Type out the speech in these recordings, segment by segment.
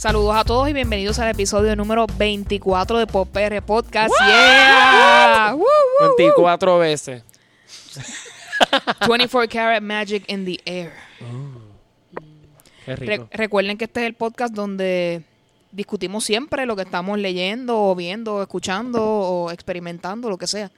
Saludos a todos y bienvenidos al episodio número 24 de PopR Podcast. ¡What! ¡Yeah! 24 veces. 24 Karat Magic in the air. Qué rico. Recuerden que este es el podcast donde discutimos siempre lo que estamos leyendo, o viendo, o escuchando, o experimentando, lo que sea.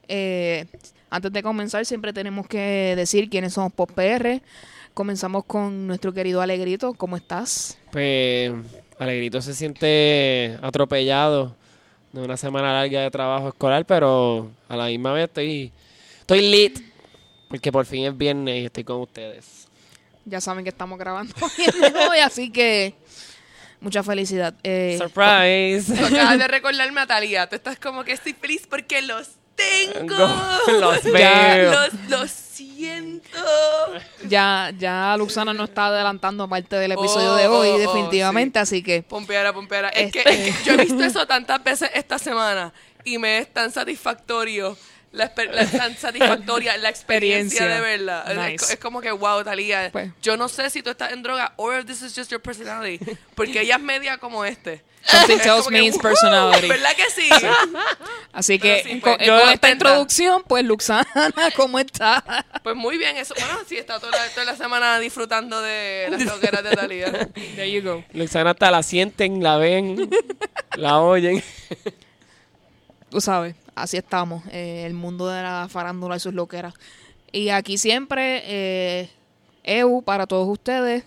Antes de comenzar, siempre tenemos que decir quiénes somos PopR. Comenzamos con nuestro querido Alegrito. ¿Cómo estás? Pues Alegrito se siente atropellado de una semana larga de trabajo escolar, pero a la misma vez estoy lit, porque por fin es viernes y estoy con ustedes. Ya saben que estamos grabando hoy, así que mucha felicidad. ¡Surprise! Acabas de recordarme a Talía. Tú estás como que estoy feliz porque los tengo. Los veo. Los siento. Ya Luxana nos está adelantando parte del episodio de hoy, definitivamente, sí. Así que... Pompeara. Es que yo he visto eso tantas veces esta semana y me es tan satisfactorio. Tan satisfactoria la experiencia de verla. Nice. Es como que, wow, Talía. Pues. Yo no sé si tú estás en droga or if this is just your personality. Porque ella es media como este. Something tells me it's personality. ¿Verdad que sí? Así Pero que sí, con pues, esta contenta. introducción, pues Luxana, ¿cómo está? Pues muy bien, eso. Bueno, sí, está toda la semana disfrutando de las loqueras de Talía. There you go. Luxana hasta la sienten, la ven, la oyen. Tú sabes, así estamos, el mundo de la farándula y sus loqueras. Y aquí siempre, EU para todos ustedes.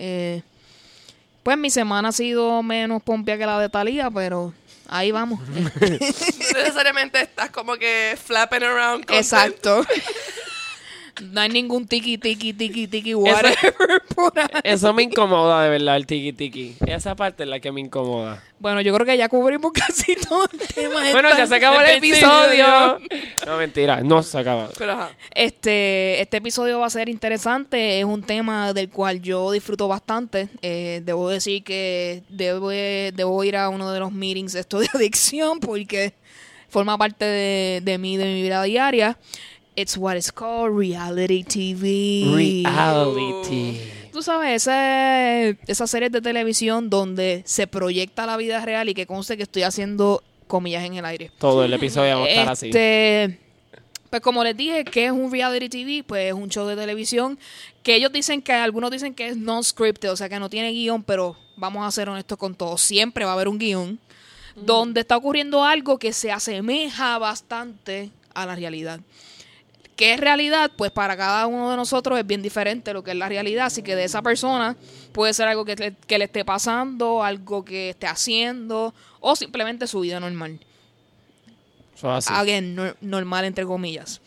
Pues mi semana ha sido menos pompia que la de Talía, pero ahí vamos. No necesariamente estás como que flapping around. Content. Exacto. No hay ningún tiki, whatever por ahí. Eso me incomoda de verdad, el tiki. Esa parte es la que me incomoda. Bueno, yo creo que ya cubrimos casi todo el tema. Bueno, ya se acabó el episodio. No, mentira, no se acaba. Pero ajá. Este episodio va a ser interesante. Es un tema del cual yo disfruto bastante. Debo decir que debo ir a uno de los meetings de adicción porque forma parte de mi vida diaria. It's what is called reality TV. Reality. Tú sabes, esas series de televisión donde se proyecta la vida real y que conste que estoy haciendo comillas en el aire. Todo el episodio va a estar así. Pues como les dije, ¿qué es un reality TV? Pues es un show de televisión que algunos dicen que es non-scripted, o sea que no tiene guión, pero vamos a ser honestos con todos. Siempre va a haber un guión donde está ocurriendo algo que se asemeja bastante a la realidad. ¿Qué es realidad? Pues para cada uno de nosotros es bien diferente lo que es la realidad. Así que de esa persona puede ser algo que le esté pasando, algo que esté haciendo o simplemente su vida normal. Eso es así. Again, normal entre comillas.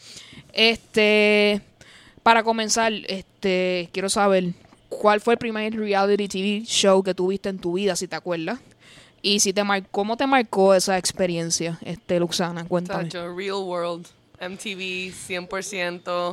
Para comenzar, quiero saber cuál fue el primer reality TV show que tuviste en tu vida, si te acuerdas. Y si ¿cómo te marcó esa experiencia, Luxana? Cuéntame. Tacho, Real World. MTV 100%.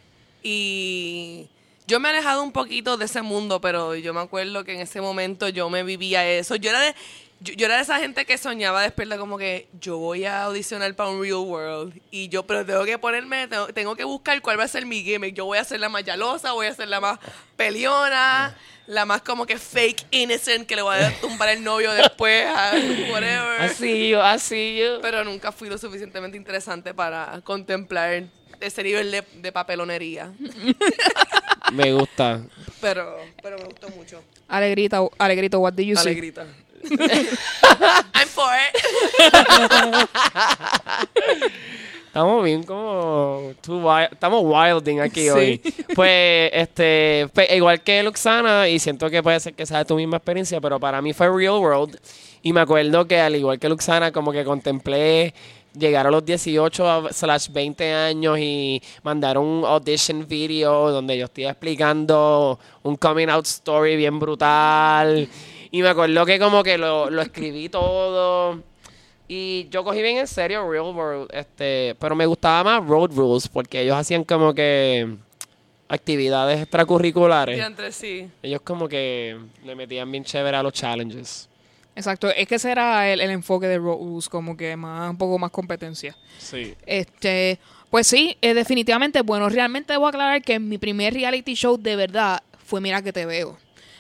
Y yo me he alejado un poquito de ese mundo, pero yo me acuerdo que en ese momento yo me vivía eso. Yo era de esa gente que soñaba despierta como que yo voy a audicionar para un Real World. Pero tengo que tengo que buscar cuál va a ser mi gimmick. Yo voy a ser la más yalosa, voy a ser la más peleona, la más como que fake innocent que le voy a tumbar el novio después, whatever. Así yo. Pero nunca fui lo suficientemente interesante para contemplar ese nivel de papelonería. Me gusta. Pero me gustó mucho. Alegrito, what do you see? Alegrita. I'm for it. Estamos bien como estamos wilding aquí Sí. hoy. Pues, igual que Luxana, y siento que puede ser que sea tu misma experiencia, pero para mí fue Real World. Y me acuerdo que al igual que Luxana, como que contemplé llegar a los 18/20 años y mandar un audition video donde yo estoy explicando un coming out story bien brutal. Y me acuerdo que como que lo escribí todo. Y yo cogí bien en serio Real World, pero me gustaba más Road Rules porque ellos hacían como que actividades extracurriculares. Y entre sí. Ellos como que le metían bien chévere a los challenges. Exacto, es que ese era el enfoque de Rose, como que un poco más competencia. Sí. Pues sí, definitivamente, bueno, realmente debo aclarar que mi primer reality show de verdad fue Mira que te veo.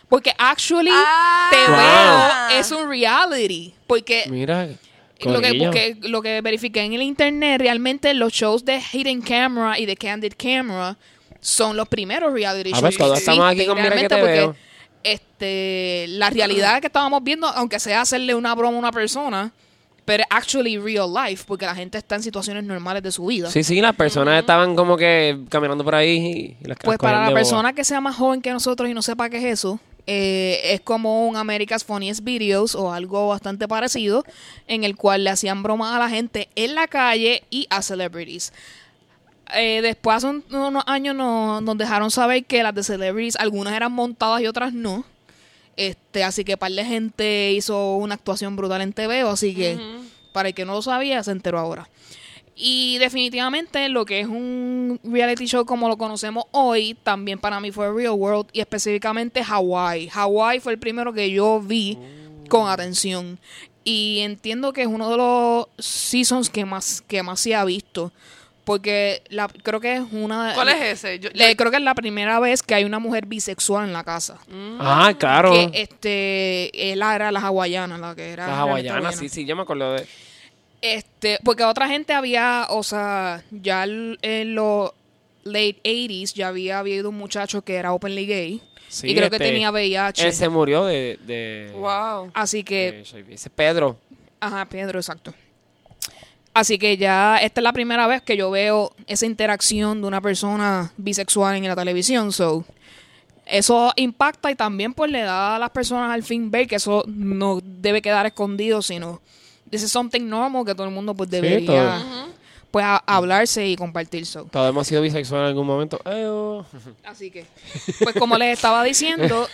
Porque actually Ah. te Wow. veo es un reality. Porque Mira, lo que, corillo. lo que verifiqué en el internet, realmente los shows de Hidden Camera y de Candid Camera son los primeros reality shows. pues todos que estamos aquí existen, con Mira que realmente, te porque, veo. la realidad que estábamos viendo, aunque sea hacerle una broma a una persona, pero actually real life, porque la gente está en situaciones normales de su vida. Sí, sí, las personas estaban como que caminando por ahí y las Pues para cogían la de persona que sea más joven que nosotros y no sepa qué es eso, es como un America's Funniest Videos o algo bastante parecido, en el cual le hacían bromas a la gente en la calle y a celebrities. Después, hace unos años, nos dejaron saber que las de celebrities, algunas eran montadas y otras no. Así que par de gente hizo una actuación brutal en TVO, así que para el que no lo sabía, se enteró ahora. Y definitivamente lo que es un reality show como lo conocemos hoy, también para mí fue Real World y específicamente Hawaii. Hawaii fue el primero que yo vi con atención. Y entiendo que es uno de los seasons que más se ha visto. Porque creo que es una... ¿Cuál es ese? Creo que es la primera vez que hay una mujer bisexual en la casa. Ah, claro. Que ella era la hawaiana, la que era... Las hawaianas, sí, yo me acuerdo de... Porque otra gente había, o sea, ya en los late 80s ya había habido un muchacho que era openly gay. Sí, y creo que tenía VIH. Él se murió de Wow. Así que... ese Pedro. Ajá, Pedro, exacto. Así que ya esta es la primera vez que yo veo esa interacción de una persona bisexual en la televisión. So, eso impacta y también pues le da a las personas al fin ver que eso no debe quedar escondido, sino this is something normal que todo el mundo pues debería pues hablarse y compartir. So. Todos hemos sido bisexuales en algún momento. Ew. Así que, pues como les estaba diciendo,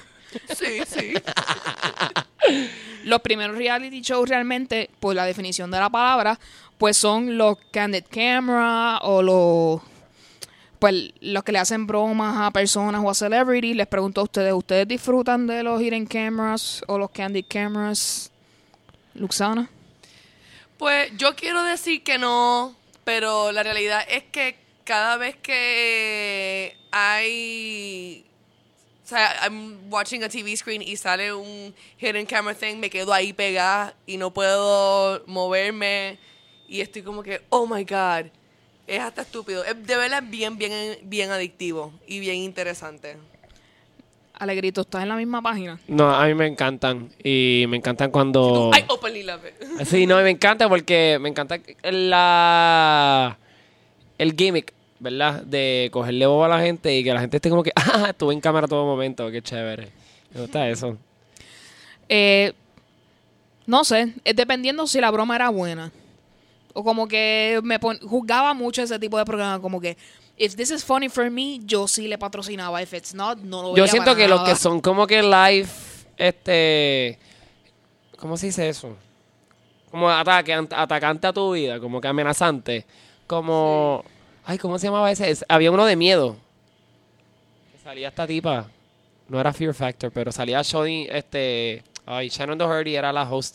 Sí. los primeros reality shows realmente, por la definición de la palabra, pues son los Candid Camera o los que le hacen bromas a personas o a celebrities. Les pregunto a ¿ustedes disfrutan de los Hidden Cameras o los Candid Cameras? Luxana. Pues yo quiero decir que no, pero la realidad es que cada vez que hay... O sea, I'm watching a TV screen y sale un hidden camera thing, me quedo ahí pegada y no puedo moverme y estoy como que, oh my God, es hasta estúpido. De verdad bien adictivo y bien interesante. Alegrito, ¿estás en la misma página? No, a mí me encantan. Y me encantan cuando... I openly love it. Sí, no, y me encanta porque me encanta el gimmick, ¿verdad? De cogerle bobo a la gente y que la gente esté como que, estuve en cámara todo momento, qué chévere. Me gusta eso. No sé, dependiendo si la broma era buena. O como que juzgaba mucho ese tipo de programa, como que if this is funny for me, yo sí le patrocinaba. If it's not, no lo veía. Yo siento para que nada. los que son como que live, ¿cómo se dice eso? Como atacante a tu vida, como que amenazante. Como, ay, ¿cómo se llamaba ese? Había uno de miedo. Que salía esta tipa. No era Fear Factor, pero salía Shannon Doherty era la host.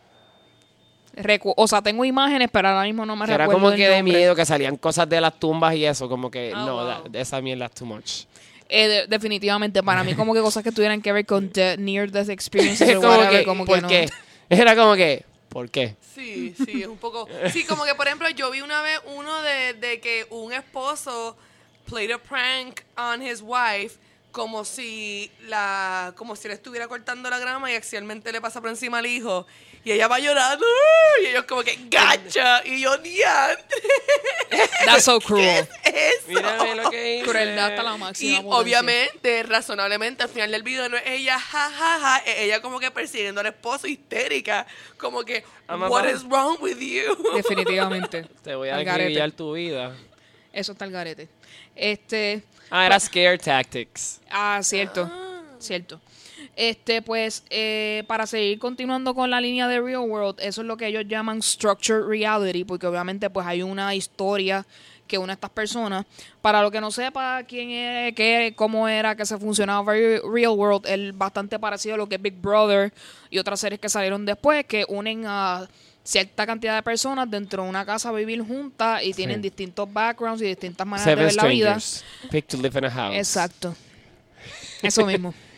O sea, tengo imágenes, pero ahora mismo no me Que era recuerdo como el que de nombre. miedo, que salían cosas de las tumbas y eso, como que Oh, no, wow. esa mierda es too much. Definitivamente, para mí como que cosas que tuvieran que ver con near death experiences o Como whatever, que, como ¿por que no. qué? Era como que, ¿por qué? Sí, es un poco... Sí, como que, por ejemplo, yo vi una vez uno de que un esposo played a prank on his wife como si le estuviera cortando la grama y accidentalmente le pasa por encima al hijo. Y ella va llorando. Y ellos como que, ¡gacha! Y yo, ¡diantre! That's so cruel. Eso. Mírame lo que hice. Crueldad hasta la máxima Y potencia. obviamente, razonablemente, al final del video no es ella, jajaja, es ella como que persiguiendo al esposo histérica. Como que, Ama, what pa. is wrong with you? Definitivamente. Te voy a Al garete. acribillar tu vida. Eso está el garete. Era Scare Tactics. Cierto. Cierto. Pues, para seguir continuando con la línea de Real World, eso es lo que ellos llaman Structured Reality, porque obviamente pues hay una historia que une a estas personas. Para lo que no sepa quién es, cómo era que se funcionaba Real World, es bastante parecido a lo que es Big Brother y otras series que salieron después, que unen a cierta cantidad de personas dentro de una casa a vivir juntas y tienen distintos backgrounds y distintas maneras de Seven ver la vida. Strangers. Pick to live in a house. Exacto. Eso mismo.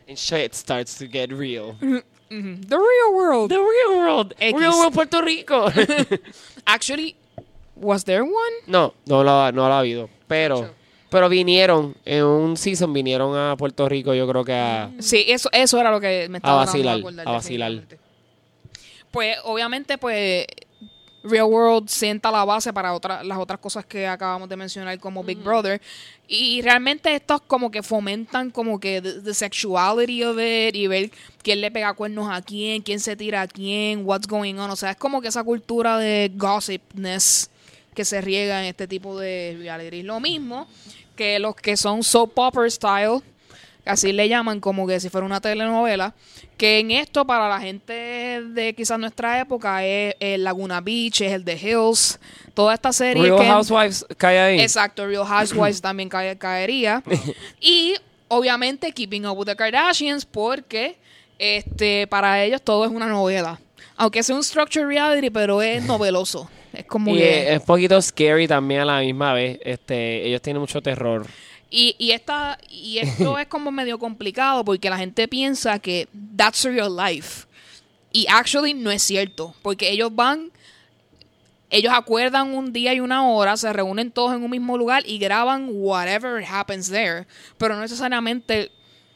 And shit starts to get real. The real world. The real world. X. Real world Puerto Rico. Actually, was there one? no la ha habido. Pero vinieron, en un season vinieron a Puerto Rico, yo creo que a... Sí, eso era lo que me estaba tratando de vacilar, acordar, a vacilar. definitivamente. Pues, obviamente, pues, Real World sienta la base para las otras cosas que acabamos de mencionar como Big Brother. Y realmente estos como que fomentan como que the sexuality of it y ver quién le pega cuernos a quién se tira a quién, what's going on. O sea, es como que esa cultura de gossipness que se riega en este tipo de reality. Lo mismo que los que son soap opera style, así le llaman como que si fuera una telenovela, que en esto para la gente de quizás nuestra época es el Laguna Beach, es el The Hills, toda esta serie Real que... Housewives cae ahí. Exacto, Real Housewives también caería. Y obviamente Keeping Up with the Kardashians porque para ellos todo es una novela. Aunque sea un structured reality, pero es noveloso. Es como Y que... es un poquito scary también a la misma vez. Ellos tienen mucho terror. Y esto es como medio complicado porque la gente piensa que that's real life. Y actually no es cierto. Porque ellos acuerdan un día y una hora, se reúnen todos en un mismo lugar y graban whatever happens there. Pero no necesariamente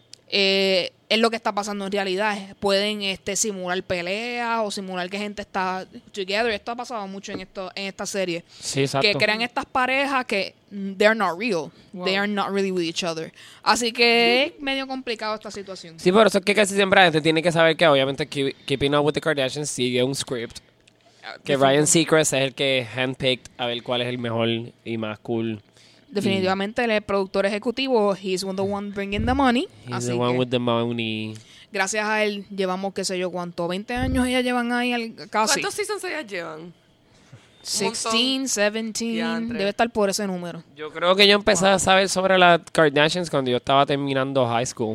es lo que está pasando en realidad. Pueden simular peleas o simular que gente está together. Esto ha pasado mucho en esta serie. Sí, exacto. Que crean estas parejas que they're not real. Wow. They are not really with each other. Así que es medio complicado esta situación. Sí, por eso es que casi siempre la gente tiene que saber que obviamente Keeping Up with the Kardashians sigue un script. Que Ryan Seacrest es el que handpicked a ver cuál es el mejor y más cool. Definitivamente el productor ejecutivo, he's the one bringing the money. He's Así the one que with the money. gracias a él llevamos, qué sé yo, ¿cuánto? 20 años ellas llevan ahí casi. ¿Cuántos seasons ellas llevan? 16, 17, Diantre. debe estar por ese número. Yo creo que yo empecé a saber sobre las Kardashians cuando yo estaba terminando high school.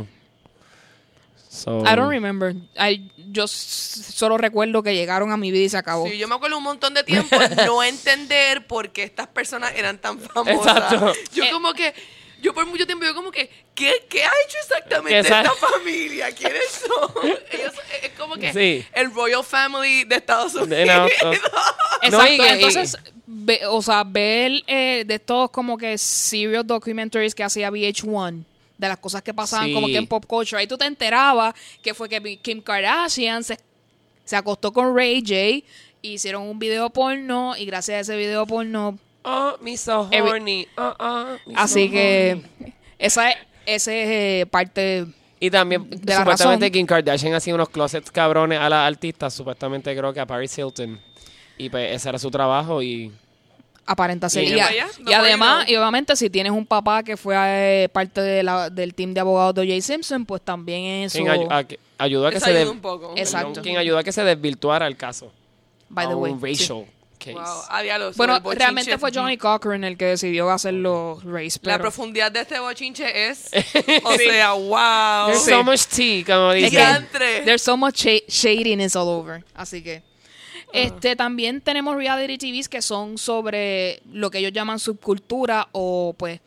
So, I don't remember. Yo solo recuerdo que llegaron a mi vida y se acabó. Sí, yo me acuerdo un montón de tiempo no entender por qué estas personas eran tan famosas. Exacto. Yo por mucho tiempo, ¿qué ha hecho exactamente Exacto. esta familia? ¿Quiénes son? Ellos, es como que Sí. el Royal Family de Estados Unidos. Exacto, No, y- entonces, ver de estos como que serial documentaries que hacía VH1, de las cosas que pasaban Sí. como que en pop culture, ahí tú te enterabas que fue que Kim Kardashian se acostó con Ray J, hicieron un video porno y gracias a ese video porno, Oh, me so horny. Me así so que horny. esa es parte Y también, de la supuestamente, razón. Kim Kardashian hacía unos closets cabrones a las artistas. Supuestamente, creo que a Paris Hilton. Y pues ese era su trabajo y... aparenta ser. Y- Y además, y obviamente, si tienes un papá que fue parte del team de abogados de O.J. Simpson, pues también eso. quien ayudó a que Eso se ayuda un poco. Exacto. quien ayudó a que se desvirtuara el caso. By a the way, un sí. racial case. Wow, a diablo, sobre Bueno, el bochinche. realmente fue Johnny Cochran el que decidió hacer los race. La Pero profundidad de este bochinche es, o sea, wow. There's Sí. so much tea, como Es dicen. que Diantre. there's so much shadiness all over. Así que también tenemos reality TVs que son sobre lo que ellos llaman subcultura o pues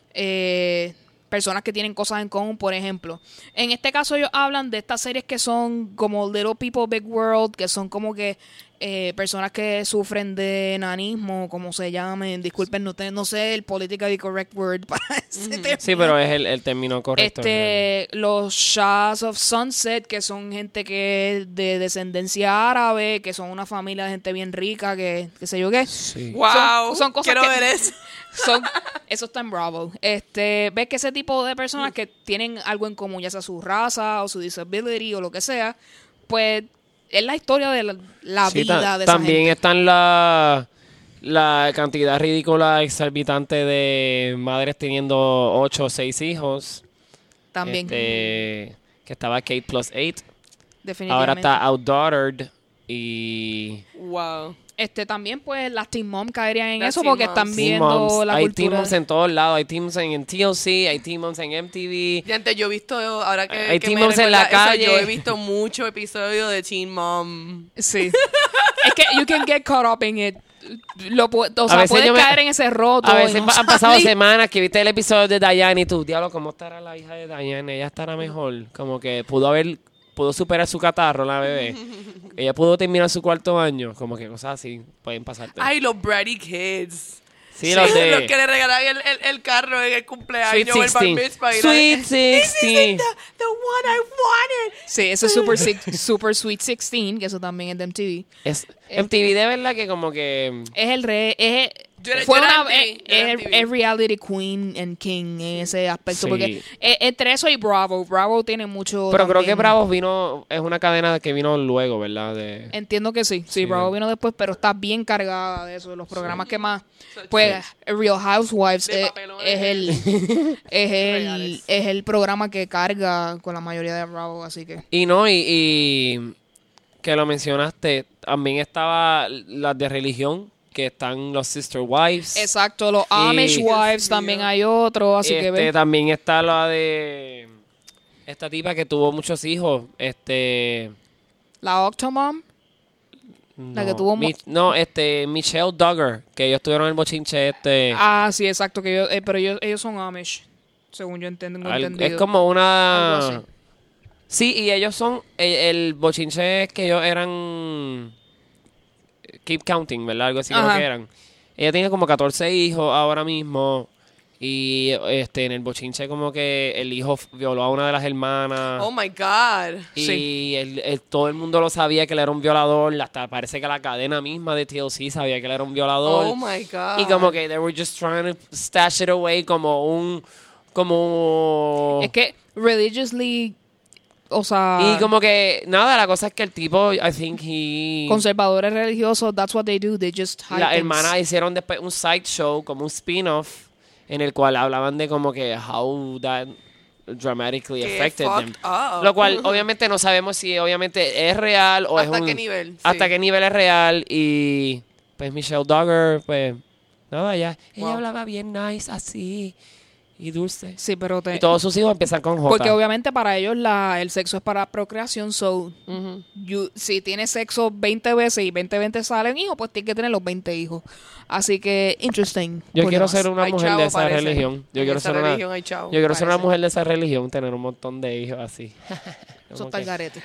personas que tienen cosas en común, por ejemplo. En este caso ellos hablan de estas series que son como Little People Big World, que son como que personas que sufren de enanismo, como se llamen. Disculpen, no sé el politically correct word para ese término. Sí, pero es el término correcto. Los Shahs of Sunset, que son gente que es de descendencia árabe, que son una familia de gente bien rica, que sé yo qué. Sí. Wow. Son cosas Quiero que- ver eso. Eso está en Bravo. Ves que ese tipo de personas que tienen algo en común, ya sea su raza o su disability o lo que sea, pues es la historia de la Sí, vida de esa también gente. están la cantidad ridícula, exorbitante de madres teniendo 8 o 6 hijos. También, Que estaba Kate plus 8. definitivamente. Ahora está Outdaughtered y... Wow. También, pues, las Teen Mom caerían en Las eso Teen porque Moms. están Teen viendo Moms. la Hay Teen cultura. Moms en todos lados. Hay Teen Moms en TLC, hay Teen Moms en MTV. Y antes yo he visto, ahora que, Hay que Teen me Moms en la recuerda eso, calle. yo he visto muchos episodios de Teen Mom. Sí. Es que you can get caught up in it o sea, veces puedes yo me- caer en ese roto. A y veces no han pasado salir. semanas que viste el episodio de Diane y tú, diablo, ¿cómo estará la hija de Diane? Ella estará mejor. Como que pudo superar su catarro, la bebé. Ella pudo terminar su cuarto año. Como que cosas así pueden pasarte. Ay, los Brady Kids. sí, los de Los que le regalan el carro en el cumpleaños Sweet o el bar 16. mitzvah. y Sweet This isn't 16. the one I wanted. Sí, ese es Super Sweet 16, que eso también es de MTV. MTV de verdad que como que... Es el rey. Yo era MTV, Es reality queen and king en ese aspecto. Sí. Porque entre eso y Bravo. Bravo tiene mucho. Pero creo que también. Bravo es una cadena que vino luego, ¿verdad? Entiendo que sí. Sí, Sí. Bravo vino después, pero está bien cargada de eso. De los programas que más. Pues Real Housewives De es papelones. es el programa que carga con la mayoría de Bravo. Así que. Y que lo mencionaste, también estaba las de religión, que están los Sister Wives. Exacto, los Amish Wives también hay otro. Así que ve. También está la de esta tipa que tuvo muchos hijos. La Octomom. La que tuvo Michelle Duggar, que ellos tuvieron el bochinche Ah, sí, exacto. Pero ellos son Amish. Según yo tengo entendido. es como una... Algo así. Sí, y ellos son... El bochinche es que ellos eran... Keep counting, ¿verdad? Algo así creo Ajá. que eran. Ella tiene como 14 hijos ahora mismo. Y en el bochinche como que el hijo violó a una de las hermanas. Oh my God. Y todo el mundo lo sabía que él era un violador. Hasta parece que la cadena misma de TLC sabía que él era un violador. Oh my God. Y como que they were just trying to stash it away como Es que religiously, o sea, y como que nada, la cosa es que el tipo, I think conservadores religiosos, that's what they do. They just hide las things. hermanas hicieron después un sideshow, como un spin-off, en el cual hablaban de como que how that dramatically Qué affected them. fucked up. Lo cual obviamente no sabemos si obviamente es real o es ¿Hasta un... qué nivel? Hasta Sí. qué nivel es real. Y pues Michelle Duggar, pues nada, ella Wow. hablaba bien nice así y dulce. Sí, pero Y todos sus hijos empiezan con J. porque obviamente para ellos el sexo es para procreación, so Ujú. si tienes sexo 20 veces y 20 salen hijos, pues tienes que tener los 20 hijos. Así que interesting. Yo Pues quiero nada más. ser una Hay mujer chavo, de esa parece. religión. Yo En quiero esa ser una... religión hay chavo, Yo quiero ser una parece. mujer de esa religión, tener un montón de hijos así. Eso Como está al que- garete.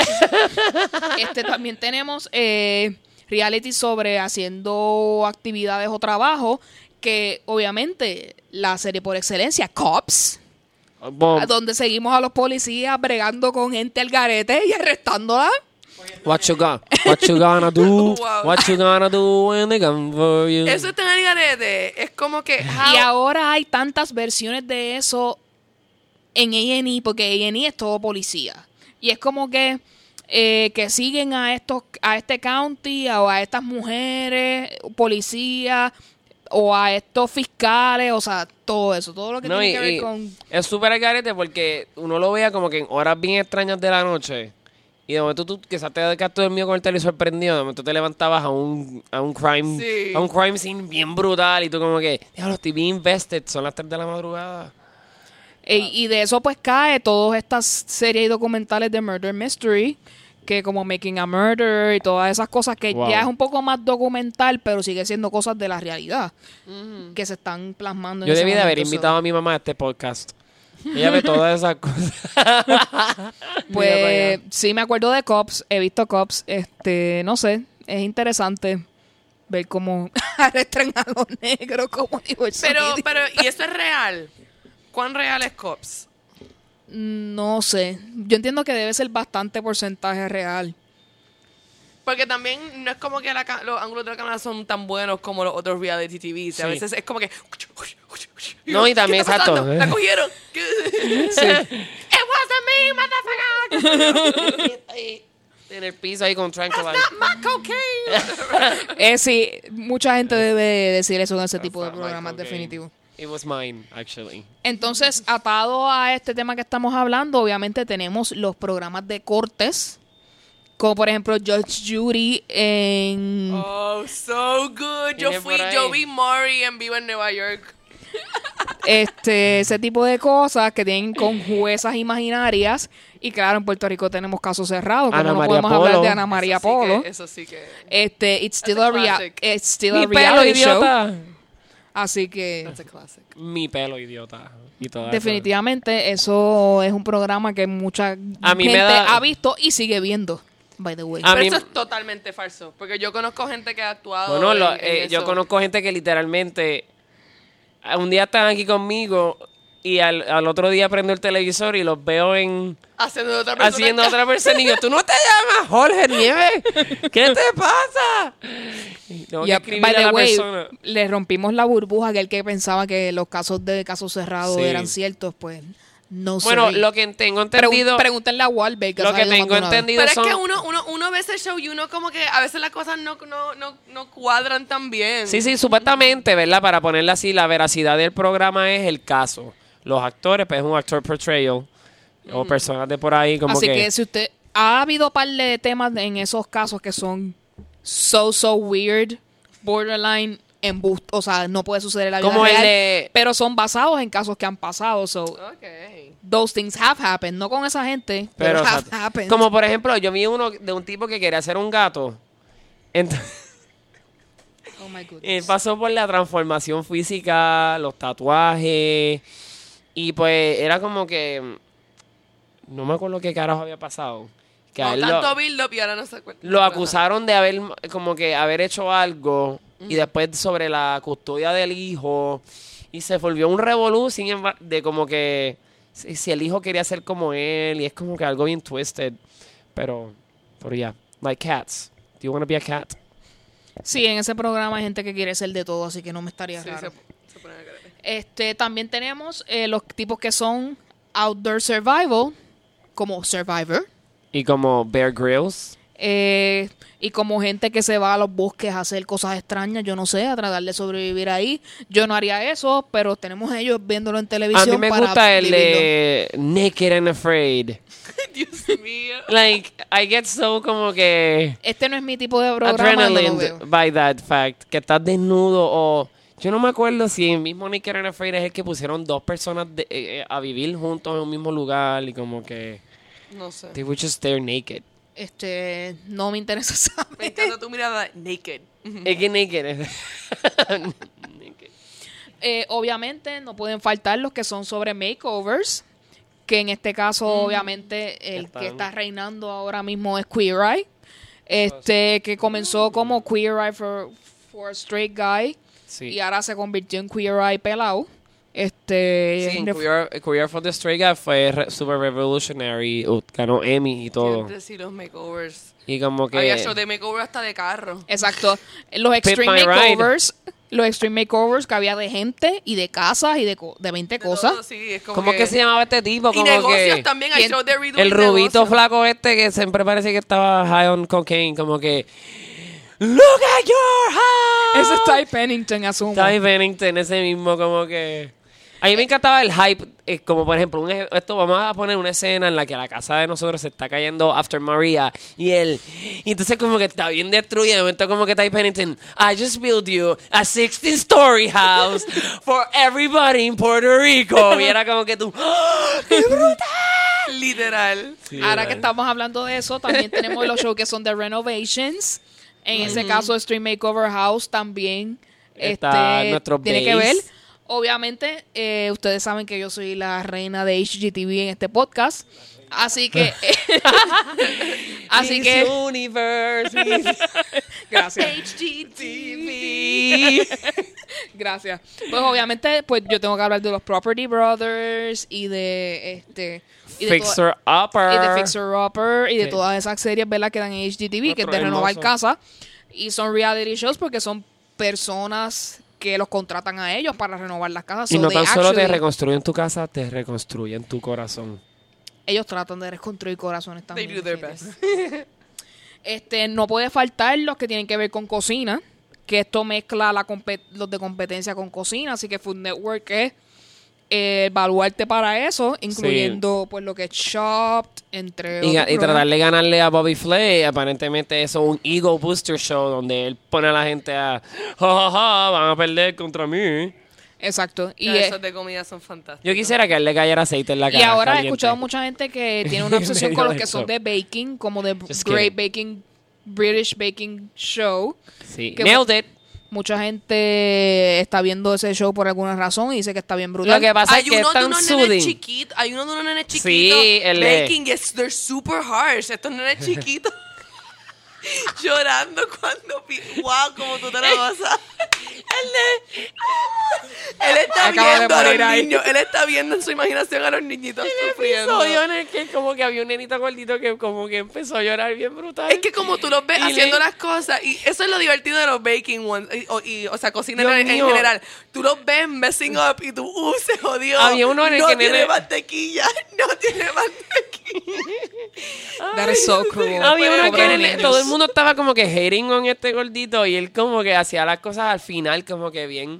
También tenemos reality sobre haciendo actividades o trabajo, que obviamente la serie por excelencia, Cops, Bueno, donde seguimos a los policías bregando con gente al garete y arrestándola. what you gonna do? Wow. What you gonna do when they come for you? Eso está en el garete. Es como que... Y ahora hay tantas versiones de eso en A&E, porque A&E es todo policía. Y es como que siguen a este county o a estas mujeres, policías, o a estos fiscales, o sea, todo eso, todo lo que No, tiene que y ver con... es súper al garete porque uno lo vea como que en horas bien extrañas de la noche. Y de momento tú quizás te quedaste dormido con el televisor prendido, de momento te levantabas a un crime, Sí. a un crime scene bien brutal y tú como que, diablo, estoy bien invested, son las 3 de la madrugada. Y de eso pues cae todas estas series y documentales de Murder Mystery, que como Making a Murder y todas esas cosas que Wow. ya es un poco más documental, pero sigue siendo cosas de la realidad que se están plasmando en Yo ese debí de haber momento. invitado a mi mamá a este podcast. Ella ve todas esas cosas. Pues sí me acuerdo de Cops, he visto Cops, no sé, es interesante ver cómo arrestan a los negros, como dijo el sonido. Pero, ¿y eso es real? ¿Cuán real es Cops? No sé, yo entiendo que debe ser bastante porcentaje real. Porque también no es como que los ángulos de la cámara son tan buenos como los otros reality TVs. A Sí. veces es como que... No, y también, ¿qué está exacto. pasando? La cogieron. It wasn't me, motherfucker. En el piso ahí con Tranquilizer. My cocaine. Sí, mucha gente debe decir eso en ese tipo de not my programas, cocaine. definitivo. It was mine, actually. Entonces, atado a este tema que estamos hablando, obviamente tenemos los programas de cortes, como por ejemplo Judge Judy en... Oh, so good. ¿Quién es por ahí? Yo vi Maury en vivo en Nueva York. Ese tipo de cosas que tienen con juezas imaginarias. Y claro, en Puerto Rico tenemos casos cerrados. Ana No María podemos Polo. hablar de Ana María Polo. Eso sí que... It's still a Mi pelo, reality show. idiota. Así que That's a classic. Mi pelo, idiota. Y todo eso. definitivamente eso es un programa que mucha A mí me gente da- ha visto y sigue viendo. By the way. A Pero mí- eso es totalmente falso. Porque yo conozco gente que ha actuado Bueno, en yo eso. conozco gente que literalmente un día están aquí conmigo y al otro día prendo el televisor y los veo Haciendo de otra persona. haciendo a otra persona y yo, ¿tú no te llamas Jorge Nieves? ¿Qué te pasa? Y tengo Y que a- escribir by a the la way, persona. le rompimos la burbuja a aquel que pensaba que los casos de casos cerrados Sí. eran ciertos, pues no sé. Bueno, lo que tengo entendido, Pregúntenle a Wahlberg. lo que tengo entendido Pero es son... que uno ve ese show y uno como que a veces las cosas no cuadran tan bien. Sí, supuestamente, ¿verdad? Para ponerle así, la veracidad del programa es el caso. Los actores, pues es un actor portrayal. O personas de por ahí como Así que si usted... Ha habido par de temas en esos casos que son so weird, borderline, o sea, no puede suceder en la vida Como el real, de- pero son basados en casos que han pasado. So, Ok. those things have happened. No con esa gente, pero, Pero, have exacto. happened. Como por ejemplo, yo vi uno de un tipo que quería hacer un gato. Entonces, Oh my él goodness. pasó por la transformación física, los tatuajes. Y pues era como que... No me acuerdo qué carajo había pasado. Que a No, él tanto build-up y ahora no se acuerda. lo acusaron de haber como que haber hecho algo y después sobre la custodia del hijo y se volvió un revolú de como que si el hijo quería ser como él y es como que algo bien twisted, pero ya, like cats. Do you want to be a cat? Sí, en ese programa hay gente que quiere ser de todo, así que no me estaría Sí, raro. se pone a creer. También tenemos los tipos que son outdoor survival, como Survivor. Y como Bear Grylls. Y como gente que se va a los bosques a hacer cosas extrañas, yo no sé, a tratar de sobrevivir ahí. Yo no haría eso, pero tenemos ellos viéndolo en A televisión. mí me para gusta el vivirlo. de Naked and Afraid. Dios mío. Like, I get so como que... Este no es mi tipo de programa, no lo adrenaline veo. by that fact, que estás desnudo o yo no me acuerdo si el mismo Naked and Afraid es el que pusieron dos personas a vivir juntos en un mismo lugar y como que No sé. they were just there naked. No me interesa Me saber. encanta tu mirada naked. Es que naked es naked. Obviamente no pueden faltar los que son sobre makeovers, que en este caso obviamente el que está reinando ahora mismo es Queer Eye, que comenzó como Queer Eye for a Straight Guy Sí. y ahora se convirtió en Queer Eye pelado. Sí, en Queer for the Straight Guy fue super revolutionary, ganó Emmy y todo. Siempre sí los makeovers. Y como que Había show de makeover hasta de carro. Exacto. Los extreme My Ride. makeovers, los extreme makeovers que había de gente y de casas y de 20 De cosas. todo, sí, es como ¿cómo que se llamaba este tipo? Y Como negocios que también. Hay ¿Quién? show de redo el y rubito negocios. flaco este que siempre parece que estaba high on cocaine, como que look at your house. Ese es Ty Pennington, asumo. Ty Pennington, ese mismo como que... A mí me encantaba el hype, como por ejemplo, esto vamos a poner una escena en la que la casa de nosotros se está cayendo after Maria y entonces como que está bien destruida, de momento como que Ty Pennington, I just built you a 16-story house for everybody in Puerto Rico. Y era como que tú, ¡oh, ¡qué brutal! Literal. Ahora que estamos hablando de eso, también tenemos los shows que son de renovations. En ese caso, Stream Makeover House también Está nuestro tiene que base. ver. Obviamente, ustedes saben que yo soy la reina de HGTV en este podcast. Así que... así que... Universe, Gracias. HGTV. Gracias. Pues obviamente, pues yo tengo que hablar de los Property Brothers y de y de Fixer Upper. y de Fixer Upper y de Sí. todas esas series, ¿verdad? Que dan en HGTV, que es Otro de renovar hermoso. casa. Y son reality shows porque son personas que los contratan a ellos para renovar las casas. Y So no they tan solo te actually- reconstruyen tu casa, te reconstruyen tu corazón. ellos tratan de reconstruir corazones They también. do their definitivamente. best. No puede faltar los que tienen que ver con cocina, que esto mezcla los de competencia con cocina, así que Food Network es evaluarte para eso, incluyendo pues lo que es Chopped, entre Y otros tratar programas. de ganarle a Bobby Flay, aparentemente eso es un ego booster show donde él pone a la gente a, ja, ja, ja, van a perder contra mí. Exacto. Y esos de comida son fantásticos. Yo quisiera que a él le cayera aceite en la cara. Y ahora caliente. he escuchado mucha gente que tiene una obsesión con los Medio que son eso. de baking, como de Just Great kidding. Baking, British Baking Show. Sí, que nailed it. Mucha gente está viendo ese show por alguna razón y dice que está bien brutal. Lo que pasa Hay es que uno es de tan unos soothing. nenes chiquitos, hay uno de unos nenes chiquitos Sí, el de- baking, they're super harsh. Estos nenes chiquitos llorando cuando wow, como tú te lo gozas. Él está Acaba de viendo a morir los ahí. niños, él está viendo en su imaginación a los niñitos sufriendo. episodio en el que como que había un nenito gordito que como que empezó a llorar bien brutal. Es que como tú los ves Y haciendo le- las cosas, y eso es lo divertido de los baking ones, o sea, cocina Dios en mío. general. Tú los ves messing up y tú, se jodió. Había uno en el no que tiene nene- mantequilla, no tiene mantequilla. That is so cruel. Había uno Pobres que niños. todo el mundo estaba como que hating on este gordito y él como que hacía las cosas al final como que bien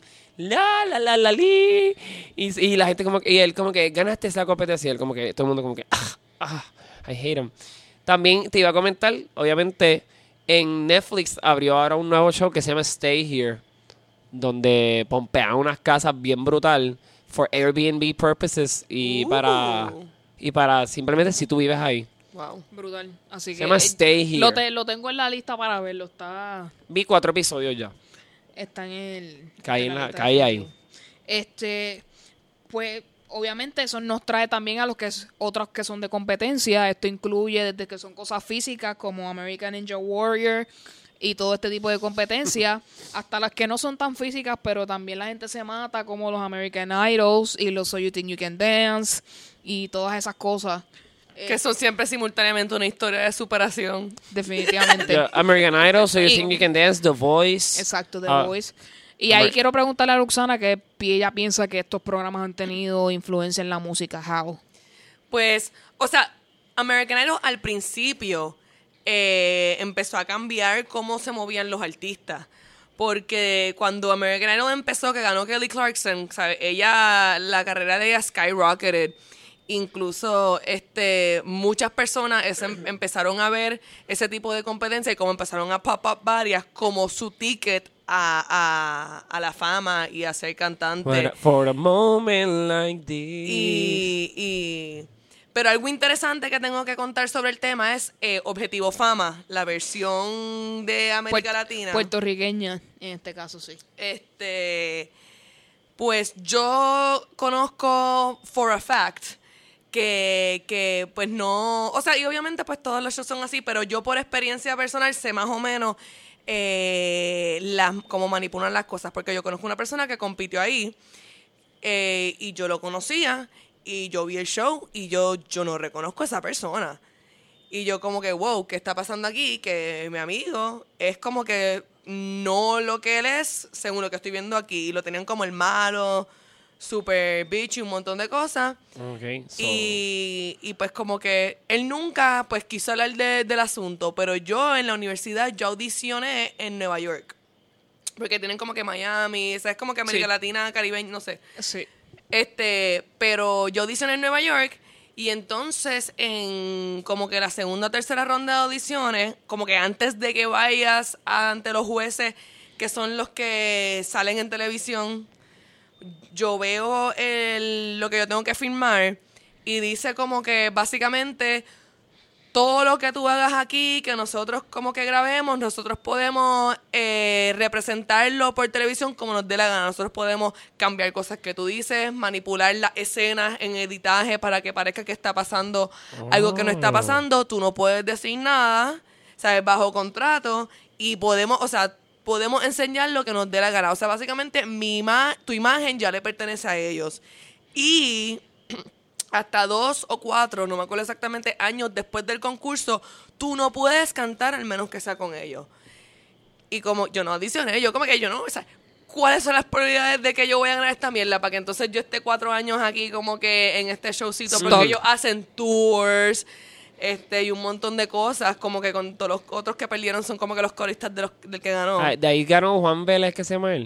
li y la gente como que y él como que ganaste esa competencia y él como que todo el mundo como que I hate him. También te iba a comentar, obviamente en Netflix abrió ahora un nuevo show que se llama Stay Here, donde pompean unas casas bien brutal for Airbnb purposes y para simplemente si tú vives ahí. Wow. Brutal. Así Se que llama Stay Here. lo tengo en la lista para verlo. Vi 4 episodios ya. Está en el... Caí en la lista caí de ahí. YouTube. Pues obviamente eso nos trae también a los que otros que son de competencia. Esto incluye desde que son cosas físicas como American Ninja Warrior y todo este tipo de competencia, hasta las que no son tan físicas, pero también la gente se mata, como los American Idols y los So You Think You Can Dance y todas esas cosas. Que son siempre simultáneamente una historia de superación. Definitivamente. The American Idol, So You Y- Think You Can Dance, The Voice. Exacto, The Ah, Voice. Y ahí quiero preguntarle a Luxana que ella piensa que estos programas han tenido influencia en la música. How? Pues, o sea, American Idol al principio empezó a cambiar cómo se movían los artistas. Porque cuando American Idol empezó, que ganó Kelly Clarkson, ¿sabe? La carrera de ella skyrocketed. Incluso muchas personas empezaron a ver ese tipo de competencia y como empezaron a pop up varias como su ticket a la fama y a ser cantante. For a moment like this. Pero algo interesante que tengo que contar sobre el tema es Objetivo Fama, la versión de América Latina. Puertorriqueña, en este caso, sí. Pues yo conozco for a fact que pues no, o sea, y obviamente pues todos los shows son así, pero yo por experiencia personal sé más o menos cómo manipulan las cosas, porque yo conozco una persona que compitió ahí y yo lo conocía y yo vi el show y yo no reconozco a esa persona. Y yo como que, wow, ¿qué está pasando aquí? Que mi amigo es como que no lo que él es, según lo que estoy viendo aquí. Y lo tenían como el malo, super bitch y un montón de cosas. Okay, so- Y pues como que él nunca pues quiso hablar del asunto. Pero yo en la universidad yo audicioné en Nueva York. Porque tienen como que Miami, o sea, es como que América Sí. Latina, Caribe, no sé. Sí. Pero yo audicioné en Nueva York y entonces en como que la segunda o tercera ronda de audiciones, como que antes de que vayas ante los jueces que son los que salen en televisión, yo veo lo que yo tengo que firmar y dice como que básicamente todo lo que tú hagas aquí, que nosotros como que grabemos, nosotros podemos representarlo por televisión como nos dé la gana. Nosotros podemos cambiar cosas que tú dices, manipular las escenas en editaje para que parezca que está pasando algo que no está pasando. Tú no puedes decir nada, ¿sabes? Bajo contrato y podemos enseñar lo que nos dé la gana. O sea, básicamente tu imagen ya le pertenece a ellos. Y hasta 2 o 4, no me acuerdo exactamente, años después del concurso, tú no puedes cantar al menos que sea con ellos. Y como yo no audicioné, yo como que yo no, o sea, ¿cuáles son las probabilidades de que yo voy a ganar esta mierda? Para que entonces yo esté 4 años aquí como que en este showcito, porque Stuck. ellos hacen tours, y un montón de cosas, como que con todos los otros que perdieron son como que los coristas del que ganó. De ahí ganó Juan Vélez, que se llama él.